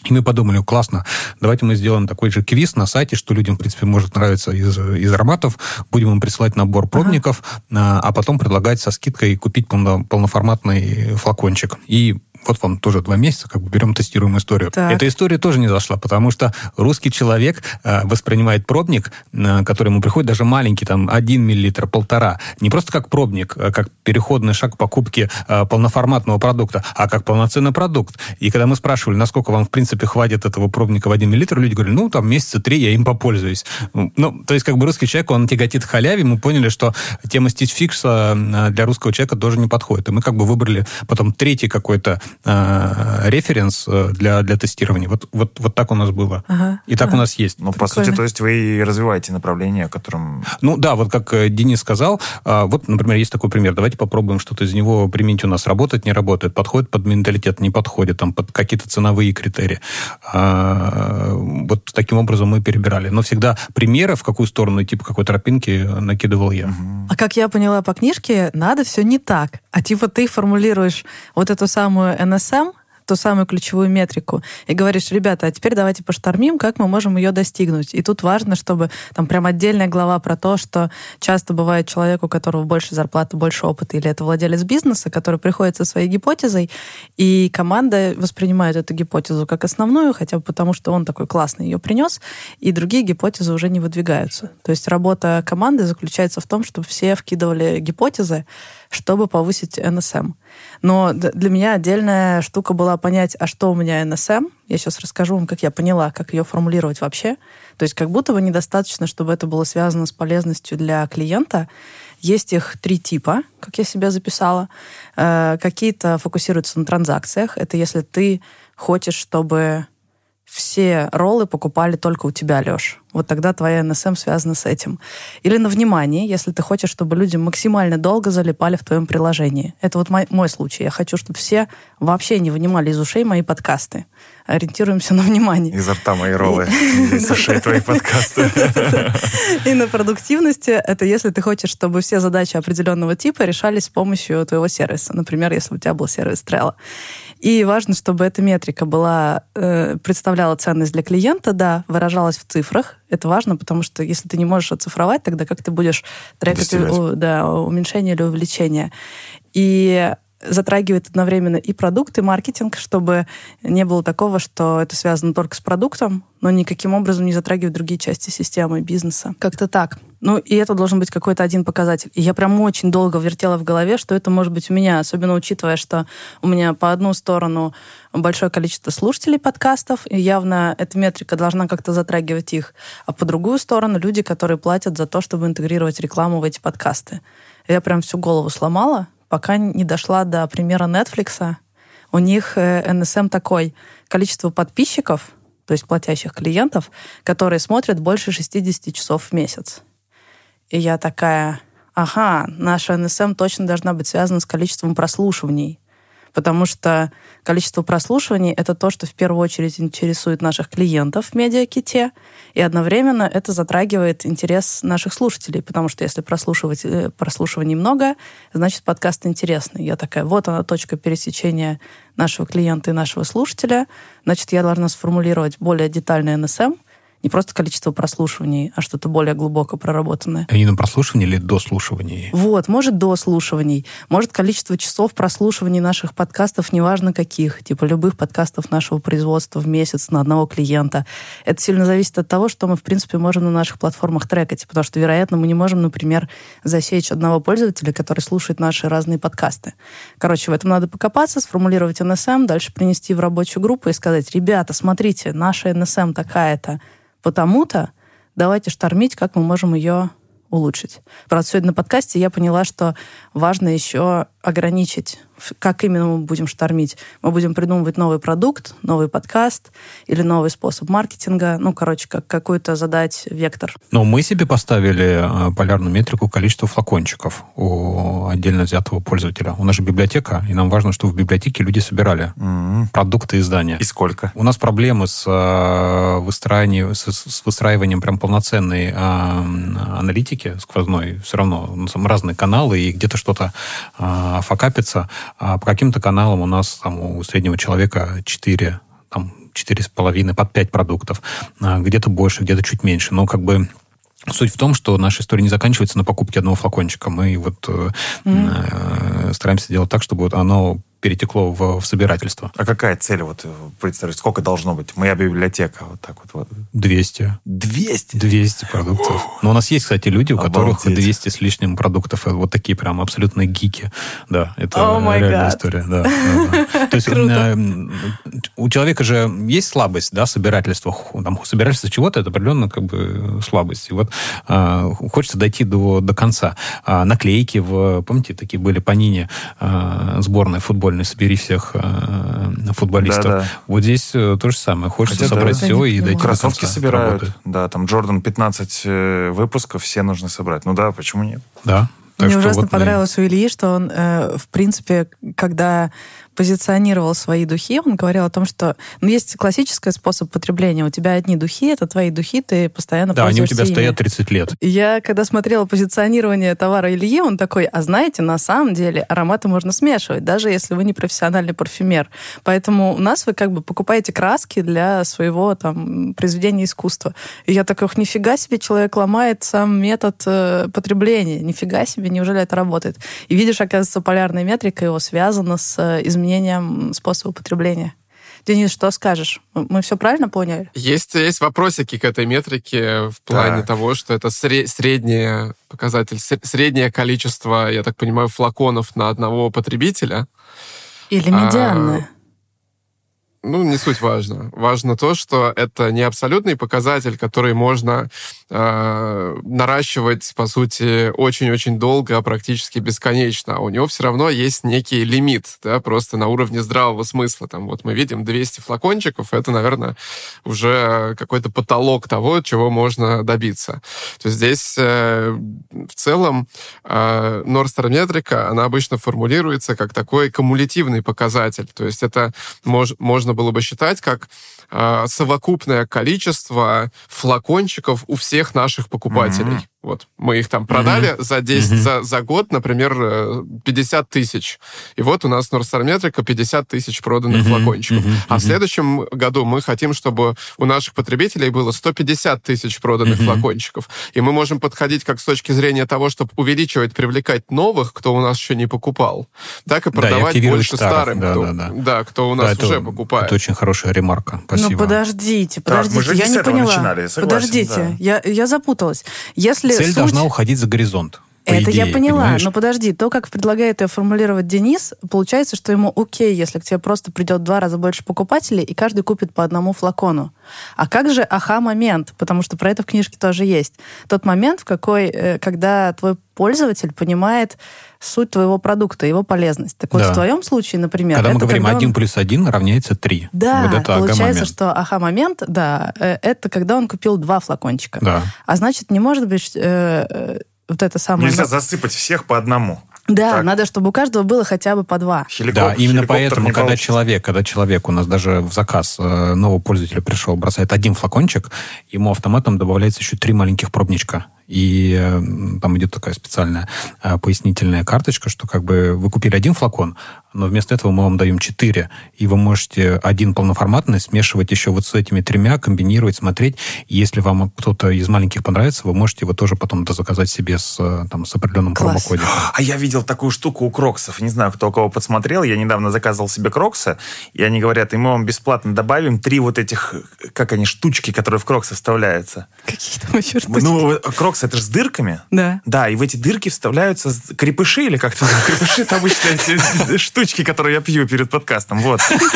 И мы подумали, классно, давайте мы сделаем такой же квиз на сайте, что людям, в принципе, может нравиться из, из ароматов. Будем им присылать набор пробников, ага. а потом предлагать со скидкой купить полно, полноформатный флакончик. И вот вам тоже два месяца, как бы берем, тестируем историю. Так. Эта история тоже не зашла, потому что русский человек э, воспринимает пробник, э, который ему приходит, даже маленький, там, один миллилитр, полтора, не просто как пробник, а как переходный шаг к покупке э, полноформатного продукта, а как полноценный продукт. И когда мы спрашивали, насколько вам, в принципе, хватит этого пробника в один миллилитр, люди говорили, ну, там, месяца три я им попользуюсь. Ну, то есть, как бы русский человек, он тяготит к халяве, мы поняли, что тема Stitch Fix для русского человека тоже не подходит. И мы как бы выбрали потом третий какой-то референс для, для тестирования. Вот, вот, вот так у нас было. Ага, и так ага. у нас есть. Ну, по сути, то есть вы развиваете направление, о котором... Ну, да, вот как Денис сказал, вот, например, есть такой пример. Давайте попробуем что-то из него применить у нас. Работает, не работает, подходит под менталитет, не подходит, там, под какие-то ценовые критерии. Вот таким образом мы перебирали. Но всегда примеры, в какую сторону идти, по какой тропинке, накидывал я. Угу. А как я поняла по книжке, надо все не так. А типа ты формулируешь вот эту самую эн эс эм, ту самую ключевую метрику, и говоришь, ребята, а теперь давайте поштормим, как мы можем ее достигнуть. И тут важно, чтобы там прям отдельная глава про то, что часто бывает человек, у которого больше зарплаты, больше опыта, или это владелец бизнеса, который приходит со своей гипотезой, и команда воспринимает эту гипотезу как основную, хотя бы потому, что он такой классный ее принес, и другие гипотезы уже не выдвигаются. То есть работа команды заключается в том, чтобы все вкидывали гипотезы, чтобы повысить эн эс эм. Но для меня отдельная штука была понять, а что у меня эн эс эм. Я сейчас расскажу вам, как я поняла, как ее формулировать вообще. То есть как будто бы недостаточно, чтобы это было связано с полезностью для клиента. Есть их три типа, как я себя записала. Какие-то фокусируются на транзакциях. Это если ты хочешь, чтобы все роллы покупали только у тебя, Леш. Вот тогда твоя эн эс эм связана с этим. Или на внимание, если ты хочешь, чтобы люди максимально долго залипали в твоем приложении. Это вот мой, мой случай. Я хочу, чтобы все вообще не вынимали из ушей мои подкасты. Ориентируемся на внимание. Изо рта мои роллы, из ушей твои подкасты. И на продуктивности это если ты хочешь, чтобы все задачи определенного типа решались с помощью твоего сервиса. Например, если у тебя был сервис Trello. И важно, чтобы эта метрика была, э, представляла ценность для клиента, да, выражалась в цифрах. Это важно, потому что если ты не можешь оцифровать, тогда как ты будешь трекать у, да, уменьшение или увеличение. И затрагивает одновременно и продукт, и маркетинг, чтобы не было такого, что это связано только с продуктом, но никаким образом не затрагивает другие части системы бизнеса. Как-то так. Ну, и это должен быть какой-то один показатель. И я прям очень долго вертела в голове, что это может быть у меня, особенно учитывая, что у меня по одну сторону большое количество слушателей подкастов, и явно эта метрика должна как-то затрагивать их, а по другую сторону люди, которые платят за то, чтобы интегрировать рекламу в эти подкасты. Я прям всю голову сломала, пока не дошла до примера Netflix. У них эн эс эм такой: количество подписчиков, то есть платящих клиентов, которые смотрят больше шестьдесят часов в месяц. И я такая, ага, наша эн эс эм точно должна быть связана с количеством прослушиваний, потому что количество прослушиваний — это то, что в первую очередь интересует наших клиентов в медиаките, и одновременно это затрагивает интерес наших слушателей, потому что если прослушивать, прослушиваний много, значит, подкаст интересный. Я такая, вот она, точка пересечения нашего клиента и нашего слушателя, значит, я должна сформулировать более детальный эн эс эм, не просто количество прослушиваний, а что-то более глубоко проработанное. Они на прослушивании или дослушивании? Вот, может, дослушиваний. Может, количество часов прослушиваний наших подкастов, неважно каких, типа любых подкастов нашего производства в месяц на одного клиента. Это сильно зависит от того, что мы, в принципе, можем на наших платформах трекать, потому что, вероятно, мы не можем, например, засечь одного пользователя, который слушает наши разные подкасты. Короче, в этом надо покопаться, сформулировать эн эс эм, дальше принести в рабочую группу и сказать, ребята, смотрите, наша эн эс эм такая-то, потому-то давайте штормить, как мы можем ее улучшить. Правда, сегодня на подкасте я поняла, что важно еще ограничить, как именно мы будем штормить. Мы будем придумывать новый продукт, новый подкаст или новый способ маркетинга. Ну, короче, как какой-то задать вектор. Но мы себе поставили полярную метрику количества флакончиков у отдельно взятого пользователя. У нас же библиотека, и нам важно, чтобы в библиотеке люди собирали mm-hmm. продукты издания. И сколько? У нас проблемы с, выстраиванием, с, с выстраиванием прям полноценной а, аналитики сквозной. Все равно ну, там разные каналы, и где-то что-то а, факапится. А по каким-то каналам у нас там, у среднего человека четыре там, четыре с половиной, под пять продуктов. Где-то больше, где-то чуть меньше. Но как бы суть в том, что наша история не заканчивается на покупке одного флакончика. Мы вот mm. стараемся делать так, чтобы вот оно перетекло в, в собирательство. А какая цель? Вот представьте, сколько должно быть? Моя библиотека. Вот так вот. двести. двести? двести продуктов. Но у нас есть, кстати, люди, у Обалдеть. которых двести с лишним продуктов. Вот такие прям абсолютные гики. Да, это oh реальная история. Да, да, да. То есть у человека же есть слабость, да, собирательства. Там, собирательство чего-то — это определенно как бы слабость. И вот а, хочется дойти до, до конца. А, наклейки, в, помните, такие были Панини, а, сборная футбольная, собери всех э, футболистов. Да, да. Вот здесь э, то же самое. Хочется Хотя, собрать да. все и дойти Кроссовки до конца. собирают. Работает. Да, там Джордан пятнадцать э, выпусков, все нужно собрать. Ну да, почему нет? Да. Так Мне ужасно вот понравилось мы... у Ильи, что он, э, в принципе, когда позиционировал свои духи, он говорил о том, что ну, есть классический способ потребления. У тебя одни духи, это твои духи, ты постоянно да, пользуешься они у тебя ими. стоят тридцать лет. Я, когда смотрела позиционирование товара Ильи, он такой, а знаете, на самом деле ароматы можно смешивать, даже если вы не профессиональный парфюмер. Поэтому у нас вы как бы покупаете краски для своего там произведения искусства. И я такой, нифига себе, человек ломает сам метод э, потребления. Нифига себе, неужели это работает? И видишь, оказывается, полярная метрика его связана с э, изменением способа потребления. Денис, что скажешь? Мы все правильно поняли? Есть, есть вопросики к этой метрике в плане так. того, что это сре- среднее показатель, среднее количество, я так понимаю, флаконов на одного потребителя. Или медианное. А, ну, не суть важно. Важно то, что это не абсолютный показатель, который можно э, наращивать, по сути, очень-очень долго, практически бесконечно. А у него все равно есть некий лимит, да, просто на уровне здравого смысла. Там вот мы видим двести флакончиков, это, наверное, уже какой-то потолок того, чего можно добиться. То есть здесь э, в целом э, North Star метрика, она обычно формулируется как такой кумулятивный показатель. То есть это мож, можно было бы считать как э, совокупное количество флакончиков у всех наших покупателей. Mm-hmm. Вот, мы их там продали mm-hmm. за, десять, mm-hmm. за, за год, например, пятьдесят тысяч. И вот у нас North Star метрика пятьдесят тысяч проданных mm-hmm. флакончиков. Mm-hmm. А в следующем году мы хотим, чтобы у наших потребителей было сто пятьдесят тысяч проданных mm-hmm. флакончиков. И мы можем подходить как с точки зрения того, чтобы увеличивать, привлекать новых, кто у нас еще не покупал, так и продавать да, больше старых, старым, да, кто, да, да. Да, кто у нас да, уже это, покупает. Это очень хорошая ремарка. Спасибо. Ну, подождите, подождите. Так, мы же я не, не поняла. Начинали, согласен, подождите, да. я, я запуталась. Если Цель суть... должна уходить за горизонт. Это идее, я поняла, понимаешь? но подожди, то, как предлагает ее формулировать Денис, получается, что ему окей, если к тебе просто придет в два раза больше покупателей, и каждый купит по одному флакону. А как же аха-момент? Потому что про это в книжке тоже есть. Тот момент, в какой, когда твой пользователь понимает суть твоего продукта, его полезность. Так вот, да. в твоем случае, например... Когда это мы говорим когда он... один плюс один равняется три. Да, вот это получается, что аха-момент, да, это когда он купил два флакончика. Да. А значит, не может быть... Э, вот это самое... Нельзя засыпать всех по одному. Да, так. надо, чтобы у каждого было хотя бы по два. Хеликоп... Да, именно поэтому, когда получится. человек, когда человек у нас даже в заказ нового пользователя пришел, бросает один флакончик, ему автоматом добавляется еще три маленьких пробничка. И там идет такая специальная пояснительная карточка, что как бы вы купили один флакон, но вместо этого мы вам даем четыре, и вы можете один полноформатный смешивать еще вот с этими тремя, комбинировать, смотреть. И если вам кто-то из маленьких понравится, вы можете его тоже потом дозаказать себе с, там, с определенным Класс. промокодом. А я видел такую штуку у Кроксов. Не знаю, кто у кого подсмотрел. Я недавно заказывал себе Кроксы, и они говорят, и мы вам бесплатно добавим три вот этих, как они, штучки, которые в Кроксы вставляются. Какие там еще штучки? Ну, Кроксы это же с дырками. Да. Да, и в эти дырки вставляются крепыши, или как-то крепыши, это обычно эти штучки, которые я пью перед подкастом. Вот.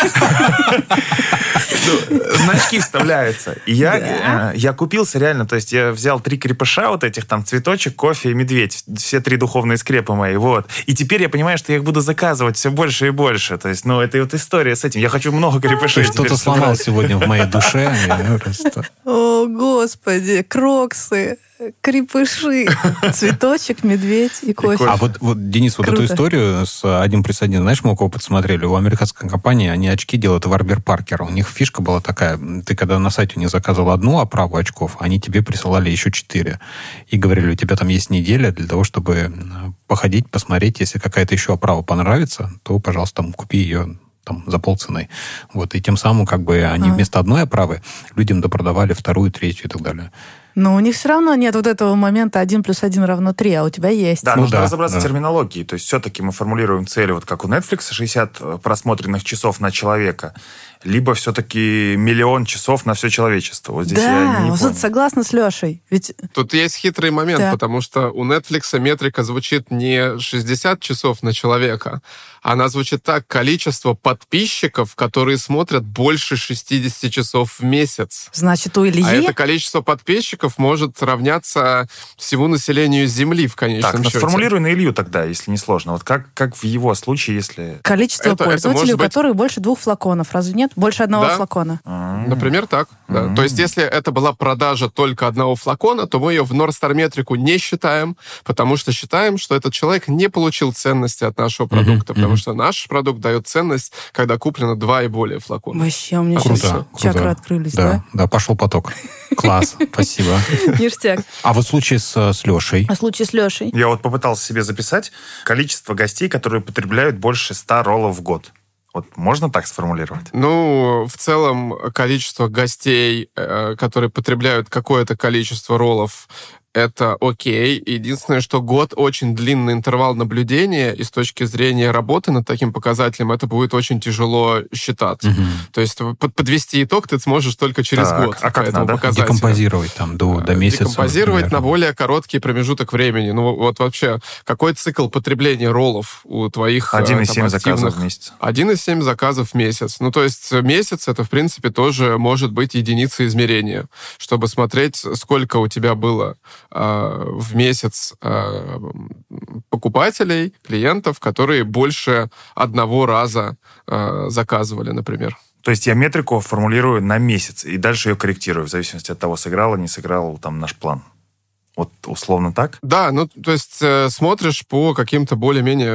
Значки вставляются. И я, я купился реально, то есть я взял три крепыша вот этих, там, цветочек, кофе и медведь. Все три духовные скрепы мои, вот. И теперь я понимаю, что я их буду заказывать все больше и больше. То есть, ну, это вот история с этим. Я хочу много крепышей. Что-то сломал сегодня в моей душе. О, Господи, Кроксы. Крепыши, цветочек, медведь и кофе. А вот, вот Денис, вот Круто. эту историю с один плюс один, знаешь, мы у кого подсмотрели? У американской компании, они очки делают в Warby Parker. У них фишка была такая, ты когда на сайте у них заказывал одну оправу очков, они тебе присылали еще четыре. И говорили, у тебя там есть неделя для того, чтобы походить, посмотреть, если какая-то еще оправа понравится, то, пожалуйста, там, купи ее. там, за полцены. Вот, и тем самым как бы они а. вместо одной оправы людям допродавали вторую, третью и так далее. Но у них все равно нет вот этого момента один плюс один равно три, а у тебя есть. Да, ну, нужно да, разобраться да. в терминологии. То есть все-таки мы формулируем цели, вот как у Netflix, шестьдесят просмотренных часов на человека, либо все-таки миллион часов на все человечество. Вот здесь да, я не вот понял. согласна с Лешей. Ведь... Тут есть хитрый момент, да. потому что у Netflix метрика звучит не шестьдесят часов на человека, она звучит так: количество подписчиков, которые смотрят больше шестьдесят часов в месяц. Значит, у Ильи... А это количество подписчиков может равняться всему населению Земли в конечном Так, ну счете. сформулируй на Илью тогда, если не сложно. Вот как, как в его случае, если... Количество Это- это пользователей, может у быть- которых больше двух флаконов. Разве нет? Больше одного Да. флакона. Например, так. Да. Мгм. То есть, если это была продажа только одного флакона, то мы ее в Норстар-метрику не считаем, потому что считаем, что этот человек не получил ценности от нашего продукта, Мгм, потому мгм. что наш продукт дает ценность, когда куплено два и более флакона. Вообще, у меня Круто, сейчас круто. чакры открылись, Да, да? да, пошел поток. Класс, спасибо. Ништяк. А вот в случае с, с Лешей? А случай с Лешей? Я вот попытался себе записать количество гостей, которые потребляют больше ста роллов в год. Вот можно так сформулировать? Ну, в целом, количество гостей, э, которые потребляют какое-то количество роллов, это окей. Единственное, что год очень длинный интервал наблюдения, и с точки зрения работы над таким показателем это будет очень тяжело считать. Мгм. То есть под- подвести итог ты сможешь только через Так, год. а как по этому надо? показателю. Декомпозировать там до, до месяца. Декомпозировать например. на более короткий промежуток времени. Ну вот вообще, какой цикл потребления роллов у твоих э, один и там, семь заказов активных? в месяц. один и семь заказов в месяц. Ну, то есть месяц это, в принципе, тоже может быть единица измерения, чтобы смотреть, сколько у тебя было э, в месяц э, покупателей, клиентов, которые больше одного раза э, заказывали, например. То есть я метрику формулирую на месяц, и дальше ее корректирую, в зависимости от того, сыграл, не сыграл там наш план. Вот условно так? Да, ну, то есть э, смотришь по каким-то более-менее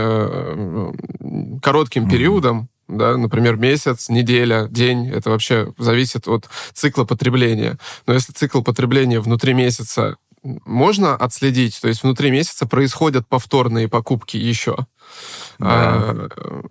э, коротким Мгм. периодам, да, например, месяц, неделя, день, это вообще зависит от цикла потребления. Но если цикл потребления внутри месяца можно отследить, то есть внутри месяца происходят повторные покупки еще, Да. а,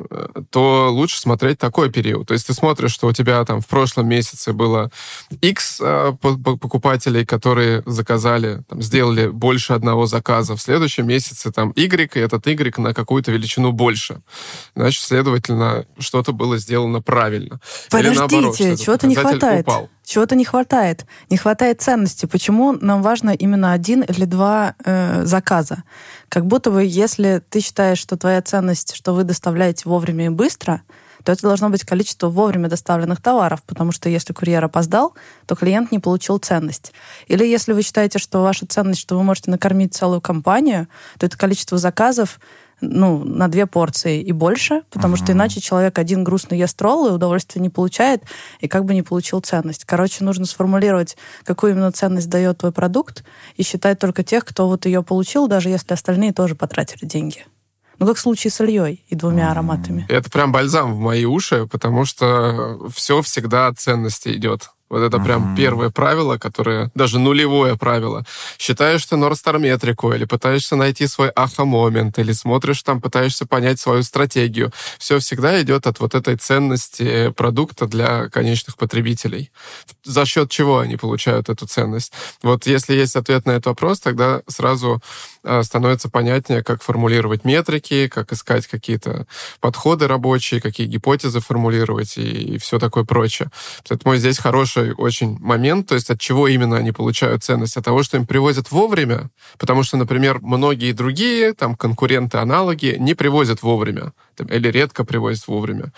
то лучше смотреть такой период. То есть ты смотришь, что у тебя там в прошлом месяце было X а, по- по- покупателей, которые заказали, там, сделали больше одного заказа. В следующем месяце там Y, и этот Y на какую-то величину больше. Значит, следовательно, что-то было сделано правильно. Или наоборот, Подождите, что чего-то не показатель хватает. упал. Чего-то не хватает. Не хватает ценности. Почему нам важно именно один или два э, заказа? Как будто бы, если ты считаешь, что твоя ценность, что вы доставляете вовремя и быстро, то это должно быть количество вовремя доставленных товаров, потому что если курьер опоздал, то клиент не получил ценность. Или если вы считаете, что ваша ценность, что вы можете накормить целую компанию, то это количество заказов, ну, на две порции и больше, потому что иначе человек один грустно ест роллы, удовольствия не получает и как бы не получил ценность. Короче, нужно сформулировать, какую именно ценность дает твой продукт, и считать только тех, кто вот ее получил, даже если остальные тоже потратили деньги. Ну, как в случае с Ильей и двумя ароматами. Это прям бальзам в мои уши, потому что все всегда от ценности идет. Вот это прям Мгм. первое правило, которое, даже нулевое правило. Считаешь ты Норстар-метрику, или пытаешься найти свой аха-момент, или смотришь там, пытаешься понять свою стратегию. Все всегда идет от вот этой ценности продукта для конечных потребителей. За счет чего они получают эту ценность? Вот если есть ответ на этот вопрос, тогда сразу э, становится понятнее, как формулировать метрики, как искать какие-то подходы рабочие, какие гипотезы формулировать и, и все такое прочее. Поэтому здесь хороший очень момент, то есть от чего именно они получают ценность? От того, что им привозят вовремя, потому что, например, многие другие там конкуренты, аналоги не привозят вовремя там, или редко привозят вовремя,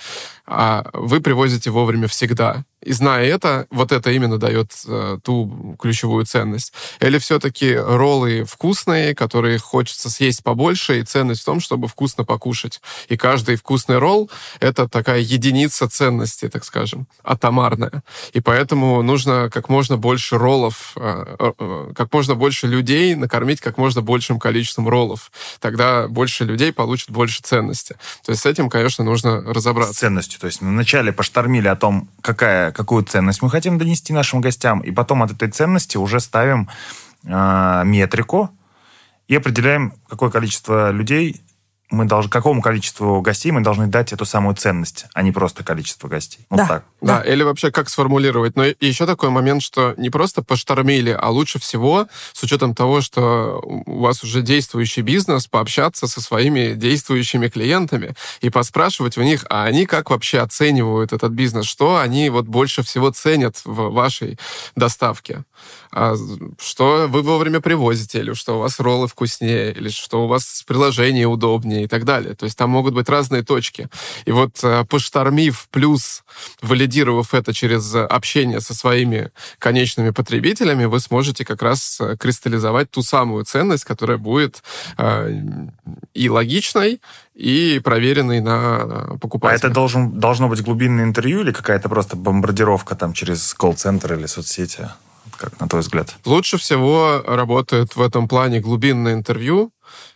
а вы привозите вовремя всегда. И зная это, вот это именно дает э, ту ключевую ценность. Или все-таки роллы вкусные, которые хочется съесть побольше, и ценность в том, чтобы вкусно покушать. И каждый вкусный ролл — это такая единица ценности, так скажем, атомарная. И поэтому нужно как можно больше роллов, э, э, как можно больше людей накормить как можно большим количеством роллов. Тогда больше людей получат больше ценности. То есть с этим, конечно, нужно С разобраться. ценностью. То есть мы вначале поштормили о том, какая, какую ценность мы хотим донести нашим гостям, и потом от этой ценности уже ставим э, метрику и определяем, какое количество людей мы должны, какому количеству гостей мы должны дать эту самую ценность, а не просто количество гостей. Вот да. так. Да, да, или вообще как сформулировать. Но еще такой момент, что не просто поштормили, а лучше всего, с учетом того, что у вас уже действующий бизнес, пообщаться со своими действующими клиентами и поспрашивать у них, а они как вообще оценивают этот бизнес, что они вот больше всего ценят в вашей доставке. А что вы вовремя привозите, или что у вас роллы вкуснее, или что у вас приложение удобнее и так далее. То есть там могут быть разные точки. И вот поштормив плюс валидировав это через общение со своими конечными потребителями, вы сможете как раз кристаллизовать ту самую ценность, которая будет э, и логичной, и проверенной на покупателя. А это должен, должно быть глубинное интервью или какая-то просто бомбардировка там через колл-центр или соцсети? Как на твой взгляд? Лучше всего работает в этом плане глубинное интервью,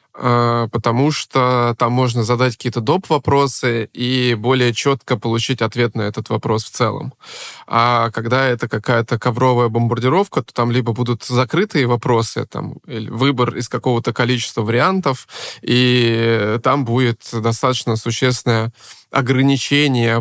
потому что там можно задать какие-то доп. Вопросы и более четко получить ответ на этот вопрос в целом. А когда это какая-то ковровая бомбардировка, то там либо будут закрытые вопросы, там, или выбор из какого-то количества вариантов, и там будет достаточно существенное ограничения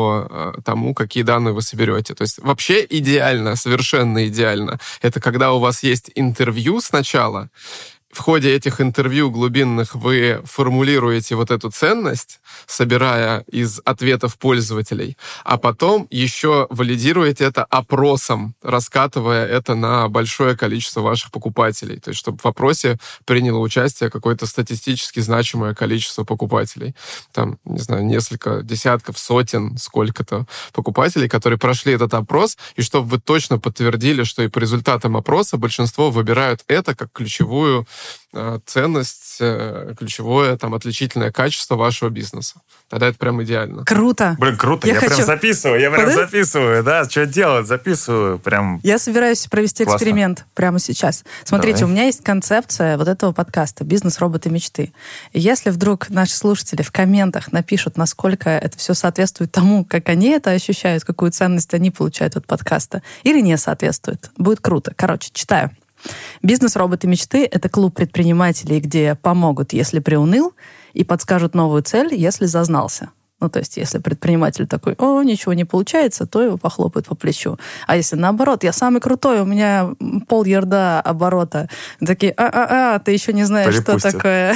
по тому, какие данные вы соберете. То есть вообще идеально, совершенно идеально, это когда у вас есть интервью сначала. В ходе этих интервью глубинных вы формулируете вот эту ценность, собирая из ответов пользователей, а потом еще валидируете это опросом, раскатывая это на большое количество ваших покупателей. То есть чтобы в опросе приняло участие какое-то статистически значимое количество покупателей. Там, не знаю, несколько десятков, сотен, сколько-то покупателей, которые прошли этот опрос, и чтобы вы точно подтвердили, что и по результатам опроса большинство выбирают это как ключевую ценность, ключевое там отличительное качество вашего бизнеса. Тогда это прям идеально. Круто. Блин, круто. Я, я хочу... прям записываю, я прям Подожди? записываю, да, что делать, записываю, прям. Я собираюсь провести Классно. эксперимент прямо сейчас. Смотрите, Давай. У меня есть концепция вот этого подкаста «Бизнес, роботы, мечты». И если вдруг наши слушатели в комментах напишут, насколько это все соответствует тому, как они это ощущают, какую ценность они получают от подкаста, или не соответствует, будет круто. Короче, читаю. «Бизнес, роботы, мечты» — это клуб предпринимателей, где помогут, если приуныл, и подскажут новую цель, если зазнался. Ну, то есть, если предприниматель такой, о, ничего не получается, то его похлопают по плечу. А если наоборот, я самый крутой, у меня пол ярда оборота. Такие, а-а-а, ты еще не знаешь, что такое,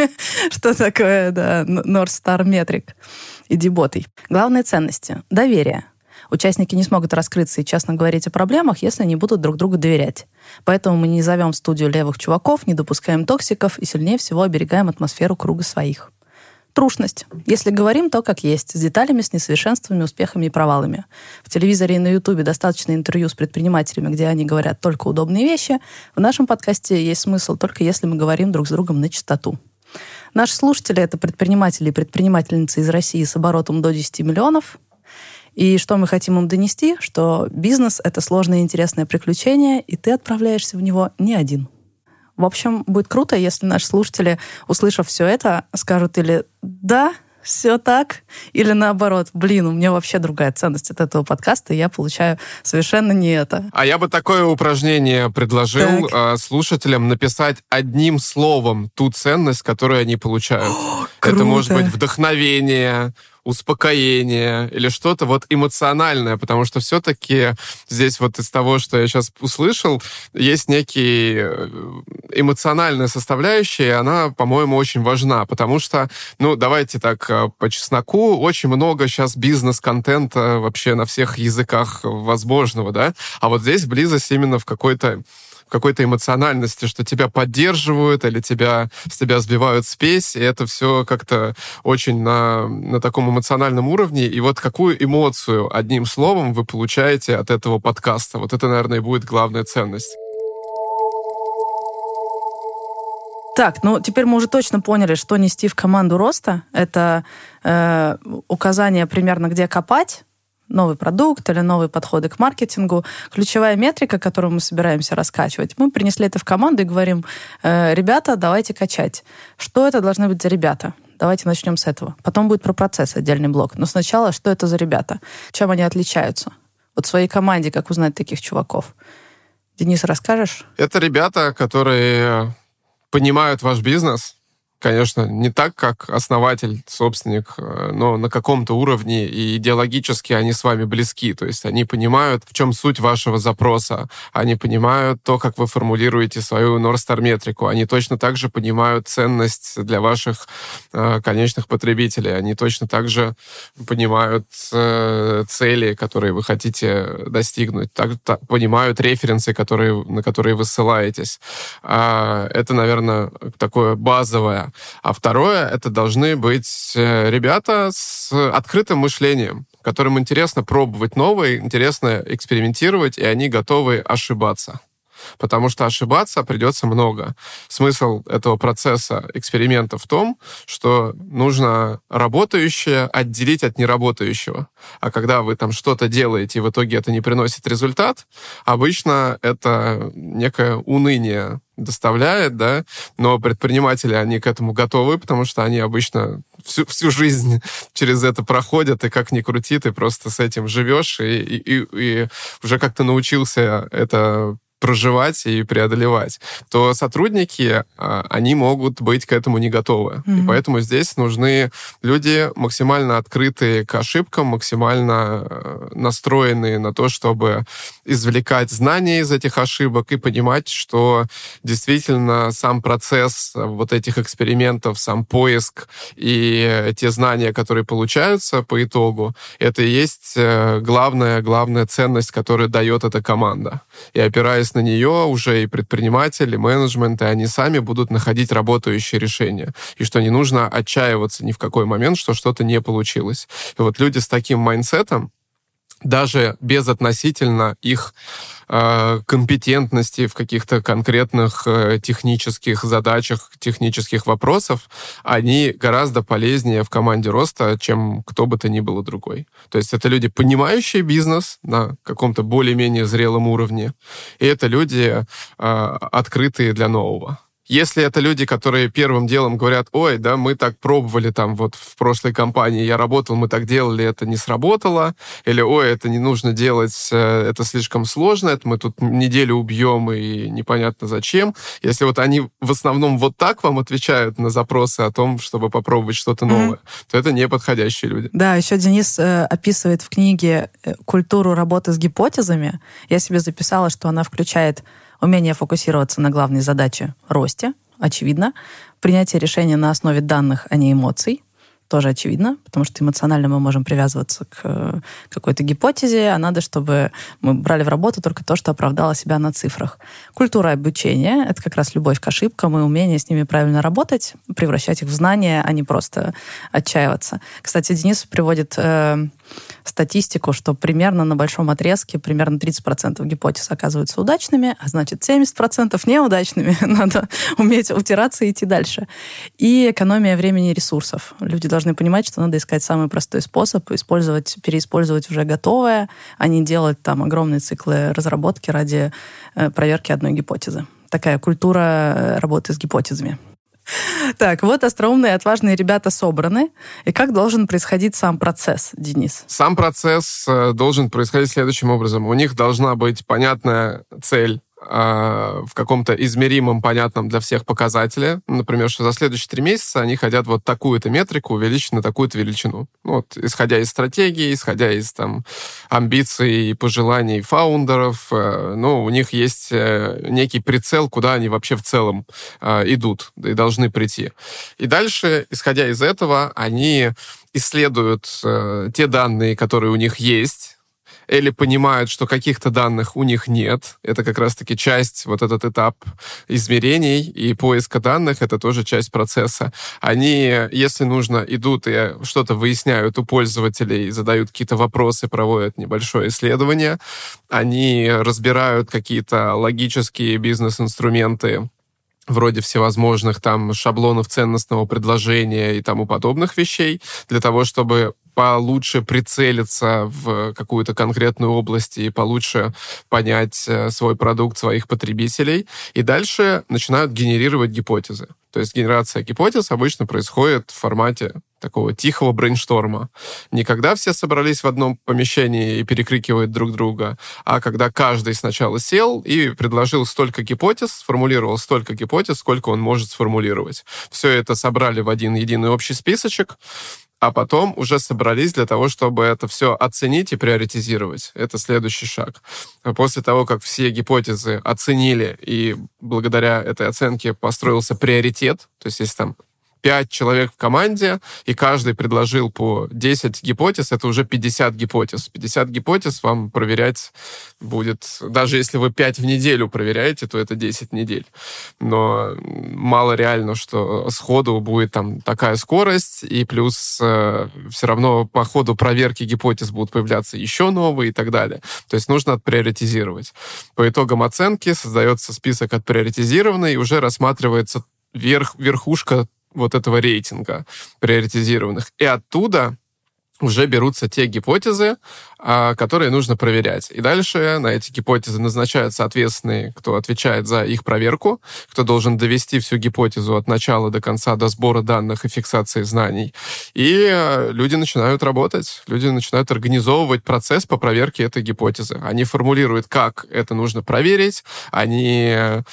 что такое, да, North Star Metric. Иди ботай. Главные ценности. Доверие. Участники не смогут раскрыться и честно говорить о проблемах, если не будут друг другу доверять. Поэтому мы не зовем в студию левых чуваков, не допускаем токсиков и сильнее всего оберегаем атмосферу круга своих. Трушность. Если говорим, то как есть, с деталями, с несовершенствами, успехами и провалами. В телевизоре и на Ютубе достаточно интервью с предпринимателями, где они говорят только удобные вещи. В нашем подкасте есть смысл только если мы говорим друг с другом на чистоту. Наши слушатели — это предприниматели и предпринимательницы из России с оборотом до десяти миллионов. И что мы хотим им донести? Что бизнес — это сложное и интересное приключение, и ты отправляешься в него не один. В общем, будет круто, если наши слушатели, услышав все это, скажут или «да, все так», или наоборот «блин, у меня вообще другая ценность от этого подкаста, и я получаю совершенно не это». А я бы такое упражнение предложил так. слушателям написать одним словом ту ценность, которую они получают. О, это круто. Может быть вдохновение, успокоение или что-то вот эмоциональное, потому что все-таки здесь вот из того, что я сейчас услышал, есть некие эмоциональная составляющая, и она, по-моему, очень важна, потому что, ну, давайте так, по чесноку, очень много сейчас бизнес-контента вообще на всех языках возможного, да, а вот здесь близость именно в какой-то какой-то эмоциональности, что тебя поддерживают или тебя, с тебя сбивают спесь, и это все как-то очень на, на таком эмоциональном уровне. И вот какую эмоцию, одним словом, вы получаете от этого подкаста? Вот это, наверное, и будет главная ценность. Так, ну теперь мы уже точно поняли, что нести в команду роста. Это э, указание примерно, где копать, новый продукт или новые подходы к маркетингу. Ключевая метрика, которую мы собираемся раскачивать, мы принесли это в команду и говорим, э, ребята, давайте качать. Что это должны быть за ребята? Давайте начнем с этого. Потом будет про процесс отдельный блок. Но сначала, что это за ребята? Чем они отличаются? Вот в своей команде, как узнать таких чуваков? Денис, расскажешь? Это ребята, которые понимают ваш бизнес, конечно, не так, как основатель, собственник, но на каком-то уровне и идеологически они с вами близки. То есть они понимают, в чем суть вашего запроса. Они понимают то, как вы формулируете свою North Star-метрику. Они точно так же понимают ценность для ваших э, конечных потребителей. Они точно так же понимают э, цели, которые вы хотите достигнуть. Так, так, понимают референсы, которые, на которые вы ссылаетесь. А, это, наверное, такое базовое. А второе, это должны быть ребята с открытым мышлением, которым интересно пробовать новое, интересно экспериментировать, и они готовы ошибаться. Потому что ошибаться придется много. Смысл этого процесса эксперимента в том, что нужно работающее отделить от неработающего. А когда вы там что-то делаете, и в итоге это не приносит результат, обычно это некое уныние доставляет, да, но предприниматели, они к этому готовы, потому что они обычно всю, всю жизнь через это проходят, и как ни крути, ты просто с этим живешь, и, и, и уже как-то научился это проживать и преодолевать, то сотрудники, они могут быть к этому не готовы. Mm-hmm. И поэтому здесь нужны люди максимально открытые к ошибкам, максимально настроенные на то, чтобы извлекать знания из этих ошибок и понимать, что действительно сам процесс вот этих экспериментов, сам поиск и те знания, которые получаются по итогу, это и есть главная, главная ценность, которую дает эта команда. И опираясь на нее, уже и предприниматели, и менеджмент, и они сами будут находить работающие решения. И что не нужно отчаиваться ни в какой момент, что что-то не получилось. И вот люди с таким майндсетом, даже безотносительно их э, компетентности в каких-то конкретных э, технических задачах, технических вопросах, они гораздо полезнее в команде роста, чем кто бы то ни было другой. То есть это люди, понимающие бизнес на каком-то более-менее зрелом уровне, и это люди, э, открытые для нового. Если это люди, которые первым делом говорят: ой, да, мы так пробовали там вот в прошлой компании, я работал, мы так делали, это не сработало, или ой, это не нужно делать, это слишком сложно, это мы тут неделю убьем и непонятно зачем. Если вот они в основном вот так вам отвечают на запросы о том, чтобы попробовать что-то новое, mm-hmm. то это неподходящие люди. Да, еще Денис э, описывает в книге культуру работы с гипотезами. Я себе записала, что она включает умение фокусироваться на главной задаче — росте, очевидно. Принятие решения на основе данных, а не эмоций, тоже очевидно, потому что эмоционально мы можем привязываться к какой-то гипотезе, а надо, чтобы мы брали в работу только то, что оправдало себя на цифрах. Культура обучения — это как раз любовь к ошибкам и умение с ними правильно работать, превращать их в знания, а не просто отчаиваться. Кстати, Денис приводит э, статистику, что примерно на большом отрезке примерно тридцать процентов гипотез оказываются удачными, а значит семьдесят процентов неудачными. Надо уметь утираться и идти дальше. И экономия времени и ресурсов. Люди должны понимать, что надо искать самый простой способ, использовать, переиспользовать уже готовое, а не делать там огромные циклы разработки ради э, проверки одной гипотезы. Такая культура работы с гипотезами. Так, вот остроумные, отважные ребята собраны. И как должен происходить сам процесс, Денис? Сам процесс должен происходить следующим образом. У них должна быть понятная цель в каком-то измеримом, понятном для всех показателе. Например, что за следующие три месяца они хотят вот такую-то метрику увеличить на такую-то величину. Вот, исходя из стратегии, исходя из там, амбиций и пожеланий фаундеров, ну, у них есть некий прицел, куда они вообще в целом идут и должны прийти. И дальше, исходя из этого, они исследуют те данные, которые у них есть, или понимают, что каких-то данных у них нет. Это как раз-таки часть, вот этот этап измерений и поиска данных, это тоже часть процесса. Они, если нужно, идут и что-то выясняют у пользователей, задают какие-то вопросы, проводят небольшое исследование. Они разбирают какие-то логические бизнес-инструменты, вроде всевозможных там шаблонов ценностного предложения и тому подобных вещей, для того, чтобы получше прицелиться в какую-то конкретную область и получше понять свой продукт, своих потребителей. И дальше начинают генерировать гипотезы. То есть генерация гипотез обычно происходит в формате такого тихого брейншторма. Не когда все собрались в одном помещении и перекрикивают друг друга, а когда каждый сначала сел и предложил столько гипотез, сформулировал столько гипотез, сколько он может сформулировать. Все это собрали в один единый общий списочек, а потом уже собрались для того, чтобы это все оценить и приоритизировать. Это следующий шаг. После того, как все гипотезы оценили, и благодаря этой оценке построился приоритет, то есть если там пять человек в команде, и каждый предложил по десять гипотез, это уже пятьдесят гипотез. пятьдесят гипотез вам проверять будет... Даже если вы пять в неделю проверяете, то это десять недель. Но мало реально, что сходу будет там такая скорость, и плюс э, все равно по ходу проверки гипотез будут появляться еще новые и так далее. То есть нужно отприоритизировать. По итогам оценки создается список отприоритизированный, и уже рассматривается верх, верхушка вот этого рейтинга приоритизированных. И оттуда уже берутся те гипотезы, которые нужно проверять. И дальше на эти гипотезы назначаются ответственные, кто отвечает за их проверку, кто должен довести всю гипотезу от начала до конца, до сбора данных и фиксации знаний. И люди начинают работать, люди начинают организовывать процесс по проверке этой гипотезы. Они формулируют, как это нужно проверить, они э,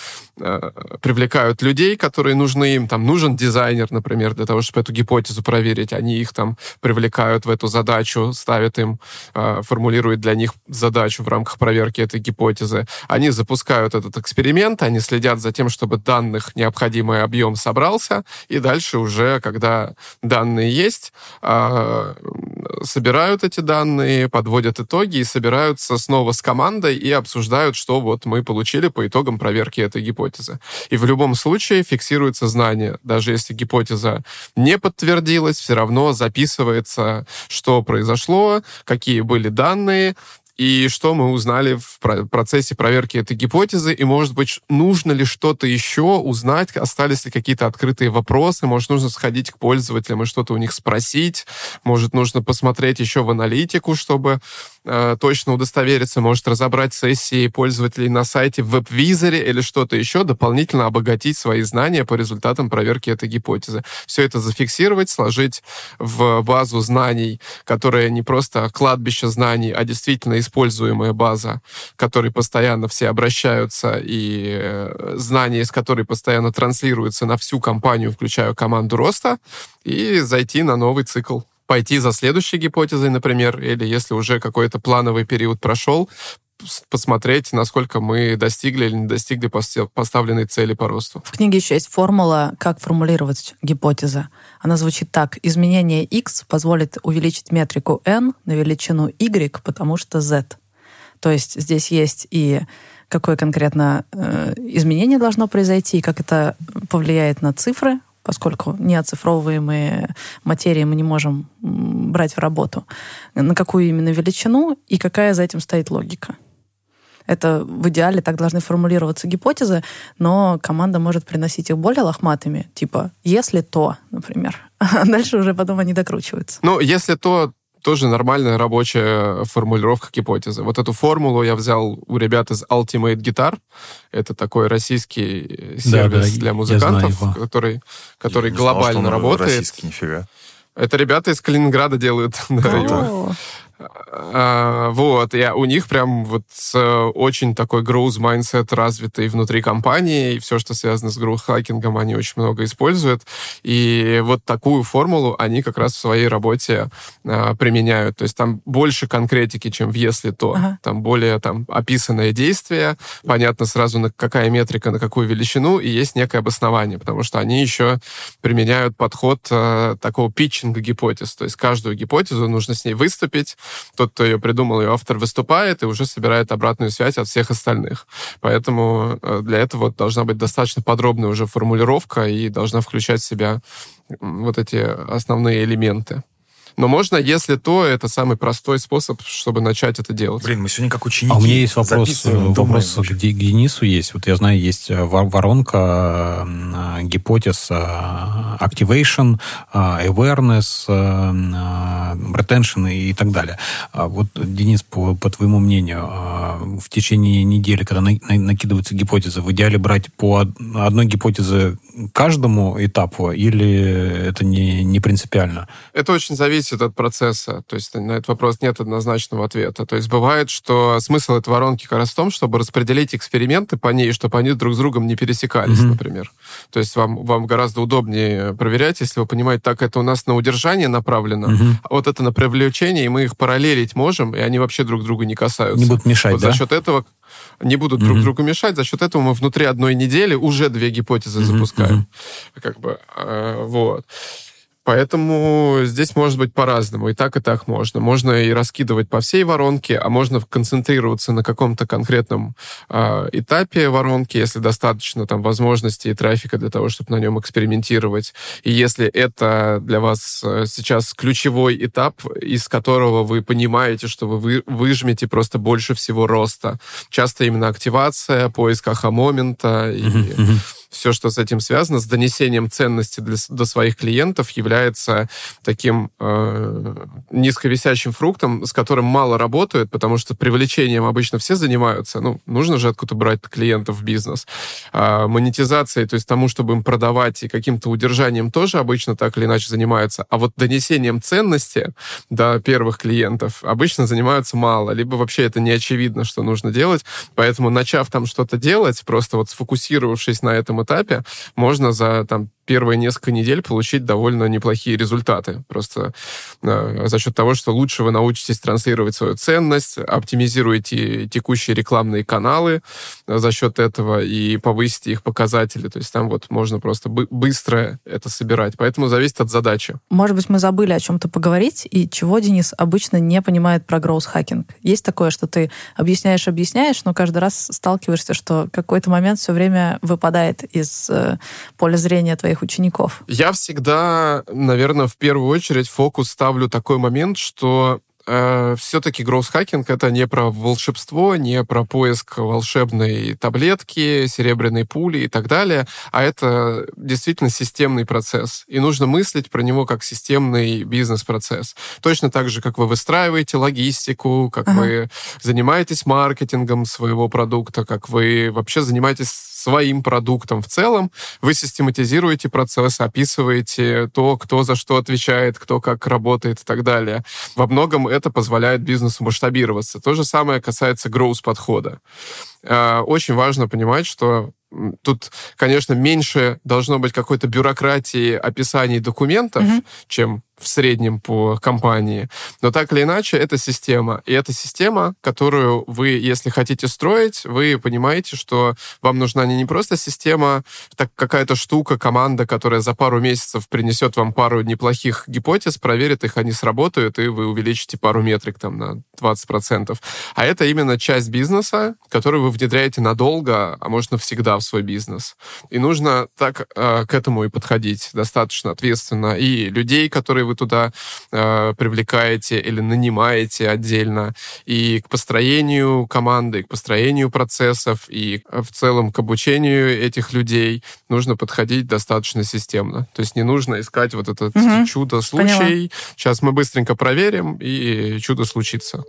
привлекают людей, которые нужны им. Там нужен дизайнер, например, для того, чтобы эту гипотезу проверить. Они их там привлекают в эту задачу, ставят им, э, формулируют для них задачу в рамках проверки этой гипотезы. Они запускают этот эксперимент, они следят за тем, чтобы данных необходимый объем собрался, и дальше уже, когда данные есть, э, собирают эти данные, подводят итоги и собираются снова с командой и обсуждают, что вот мы получили по итогам проверки этой гипотезы. И в любом случае фиксируется знание. Даже если гипотеза не подтвердилась, все равно записывается, что произошло, какие были данные, и что мы узнали в процессе проверки этой гипотезы, и, может быть, нужно ли что-то еще узнать, остались ли какие-то открытые вопросы, может, нужно сходить к пользователям и что-то у них спросить, может, нужно посмотреть еще в аналитику, чтобы э, точно удостовериться, может, разобрать сессии пользователей на сайте в веб-визоре или что-то еще, дополнительно обогатить свои знания по результатам проверки этой гипотезы. Все это зафиксировать, сложить в базу знаний, которая не просто кладбище знаний, а действительно используемая база, к которой постоянно все обращаются, и знания, из которой постоянно транслируются на всю компанию, включая команду роста, и зайти на новый цикл. Пойти за следующей гипотезой, например, или если уже какой-то плановый период прошел, посмотреть, насколько мы достигли или не достигли поставленной цели по росту. В книге еще есть формула, как формулировать гипотезы. Она звучит так. Изменение x позволит увеличить метрику n на величину y, потому что z. То есть здесь есть и какое конкретно э, изменение должно произойти, и как это повлияет на цифры, поскольку неоцифровываемые материи мы не можем брать в работу, на какую именно величину и какая за этим стоит логика. Это в идеале так должны формулироваться гипотезы, но команда может приносить их более лохматыми, типа «если то», например. А дальше уже потом они докручиваются. Ну, «если то» тоже нормальная рабочая формулировка гипотезы. Вот эту формулу я взял у ребят из Ultimate Guitar. Это такой российский сервис да, да, для музыкантов, который, который глобально знал, что работает. Российский, нифига. Это ребята из Калининграда делают. Да, его. А, вот, и у них прям вот очень такой growth mindset развитый внутри компании, и все, что связано с growth-хакингом, они очень много используют. И вот такую формулу они как раз в своей работе а, применяют. То есть там больше конкретики, чем в «если то». Ага. Там более там, описанное действие, понятно сразу, на какая метрика, на какую величину, и есть некое обоснование, потому что они еще применяют подход а, такого питчинга гипотез. То есть каждую гипотезу нужно с ней выступить. Тот, кто ее придумал, ее автор, выступает и уже собирает обратную связь от всех остальных. Поэтому для этого должна быть достаточно подробная уже формулировка и должна включать в себя вот эти основные элементы. Но можно, если то, это самый простой способ, чтобы начать это делать. Блин, мы сегодня как ученики. А у меня есть вопрос, вопрос к Денису есть. Вот я знаю, есть воронка гипотез activation, awareness, retention и так далее. Вот, Денис, по, по твоему мнению, в течение недели, когда на, на, накидываются гипотезы, в идеале брать по од, одной гипотезе каждому этапу, или это не, не принципиально? Это очень зависит от процесса. То есть на этот вопрос нет однозначного ответа. То есть бывает, что смысл этой воронки как раз в том, чтобы распределить эксперименты по ней, чтобы они друг с другом не пересекались, mm-hmm. например. То есть вам, вам гораздо удобнее проверять, если вы понимаете, так, это у нас на удержание направлено, mm-hmm. а вот это на привлечение, и мы их параллелить можем, и они вообще друг другу не касаются. Не будут мешать, вот да? За счет этого не будут mm-hmm. друг другу мешать, за счет этого мы внутри одной недели уже две гипотезы mm-hmm. запускаем. Mm-hmm. Как бы, э, вот. Поэтому здесь может быть по-разному. И так, и так можно. Можно и раскидывать по всей воронке, а можно концентрироваться на каком-то конкретном э, этапе воронки, если достаточно там возможностей и трафика для того, чтобы на нем экспериментировать. И если это для вас сейчас ключевой этап, из которого вы понимаете, что вы выжмете просто больше всего роста. Часто именно активация, поиск аха-момента и... Mm-hmm. Все, что с этим связано, с донесением ценности для, до своих клиентов, является таким э, низковисящим фруктом, с которым мало работают, потому что привлечением обычно все занимаются. Ну, нужно же откуда брать клиентов в бизнес. А монетизацией, то есть тому, чтобы им продавать, и каким-то удержанием тоже обычно так или иначе занимаются. А вот донесением ценности до первых клиентов обычно занимаются мало. Либо вообще это не очевидно, что нужно делать. Поэтому, начав там что-то делать, просто вот сфокусировавшись на этом этапе, можно за там первые несколько недель получить довольно неплохие результаты. Просто э, за счет того, что лучше вы научитесь транслировать свою ценность, оптимизируете текущие рекламные каналы э, за счет этого и повысите их показатели. То есть там вот можно просто бы- быстро это собирать. Поэтому зависит от задачи. Может быть, мы забыли о чем-то поговорить, и чего Денис обычно не понимает про гроус-хакинг. Есть такое, что ты объясняешь, объясняешь, но каждый раз сталкиваешься, что какой-то момент все время выпадает из э, поля зрения твоих учеников? Я всегда, наверное, в первую очередь фокус ставлю такой момент, что э, все-таки гроус-хакинг — это не про волшебство, не про поиск волшебной таблетки, серебряной пули и так далее, а это действительно системный процесс. И нужно мыслить про него как системный бизнес-процесс. Точно так же, как вы выстраиваете логистику, как ага. вы занимаетесь маркетингом своего продукта, как вы вообще занимаетесь своим продуктом в целом, вы систематизируете процесс, описываете то, кто за что отвечает, кто как работает и так далее. Во многом это позволяет бизнесу масштабироваться. То же самое касается гроус-подхода. Очень важно понимать, что тут, конечно, меньше должно быть какой-то бюрократии описаний документов, mm-hmm. чем в среднем по компании. Но так или иначе, это система. И это система, которую вы, если хотите строить, вы понимаете, что вам нужна не просто система, так какая-то штука, команда, которая за пару месяцев принесет вам пару неплохих гипотез, проверит их, они сработают, и вы увеличите пару метрик там на двадцать процентов. А это именно часть бизнеса, которую вы внедряете надолго, а может навсегда в свой бизнес. И нужно так э, к этому и подходить достаточно ответственно. И людей, которые вы туда э, привлекаете или нанимаете отдельно, и к построению команды, и к построению процессов, и в целом к обучению этих людей нужно подходить достаточно системно. То есть не нужно искать вот этот угу. чудо-случай. Поняла. Сейчас мы быстренько проверим, и чудо случится.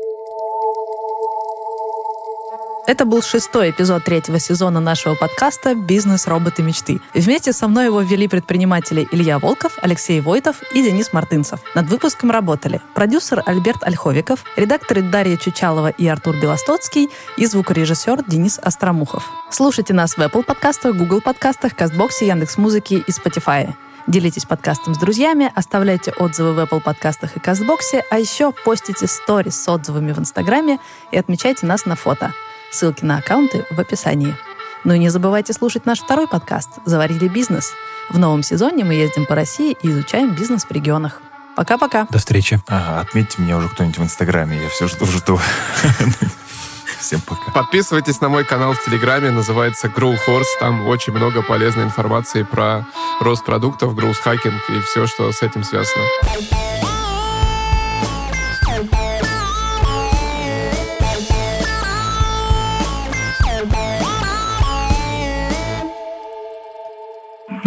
Это был шестой эпизод третьего сезона нашего подкаста «Бизнес. Роботы. Мечты». Вместе со мной его вели предприниматели Илья Волков, Алексей Войтов и Денис Мартынцев. Над выпуском работали продюсер Альберт Ольховиков, редакторы Дарья Чучалова и Артур Белостоцкий и звукорежиссер Денис Остромухов. Слушайте нас в Apple подкастах, Google подкастах, Кастбоксе, Яндекс.Музыке и Spotify. Делитесь подкастом с друзьями, оставляйте отзывы в Apple подкастах и Кастбоксе, а еще постите сторис с отзывами в Инстаграме и отмечайте нас на фото. Ссылки на аккаунты в описании. Ну и не забывайте слушать наш второй подкаст «Заварили бизнес». В новом сезоне мы ездим по России и изучаем бизнес в регионах. Пока-пока. До встречи. Ага, отметьте меня уже кто-нибудь в Инстаграме. Я все жду-жду. Всем пока. Подписывайтесь на мой канал в Телеграме, называется Grow Horse. Там очень много полезной информации про рост продуктов, гроус-хакинг и все, что с этим связано.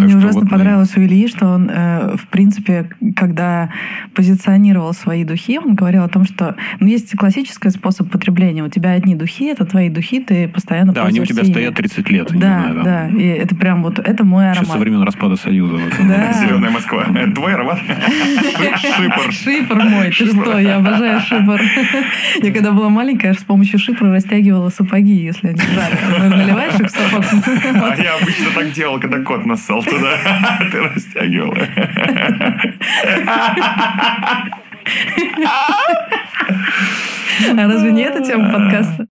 Мне что ужасно вот понравилось мы... у Ильи, что он, э, в принципе, когда позиционировал свои духи, он говорил о том, что ну, есть классический способ потребления. У тебя одни духи, это твои духи, ты постоянно да, они у тебя ими. стоят тридцать лет. Да, знаю, да. И это прям вот, это мой аромат. Еще со времен распада Союза. Да. Зеленая Москва. Это твой аромат? Шипр. Шипр мой. Ты что, я обожаю шипр. Я когда была маленькая, аж с помощью шипра растягивала сапоги, если они жали. Наливаешь их в сапог. А я обычно так делал, когда кот нассал туда. Ты растягивала. А разве не это тема подкаста?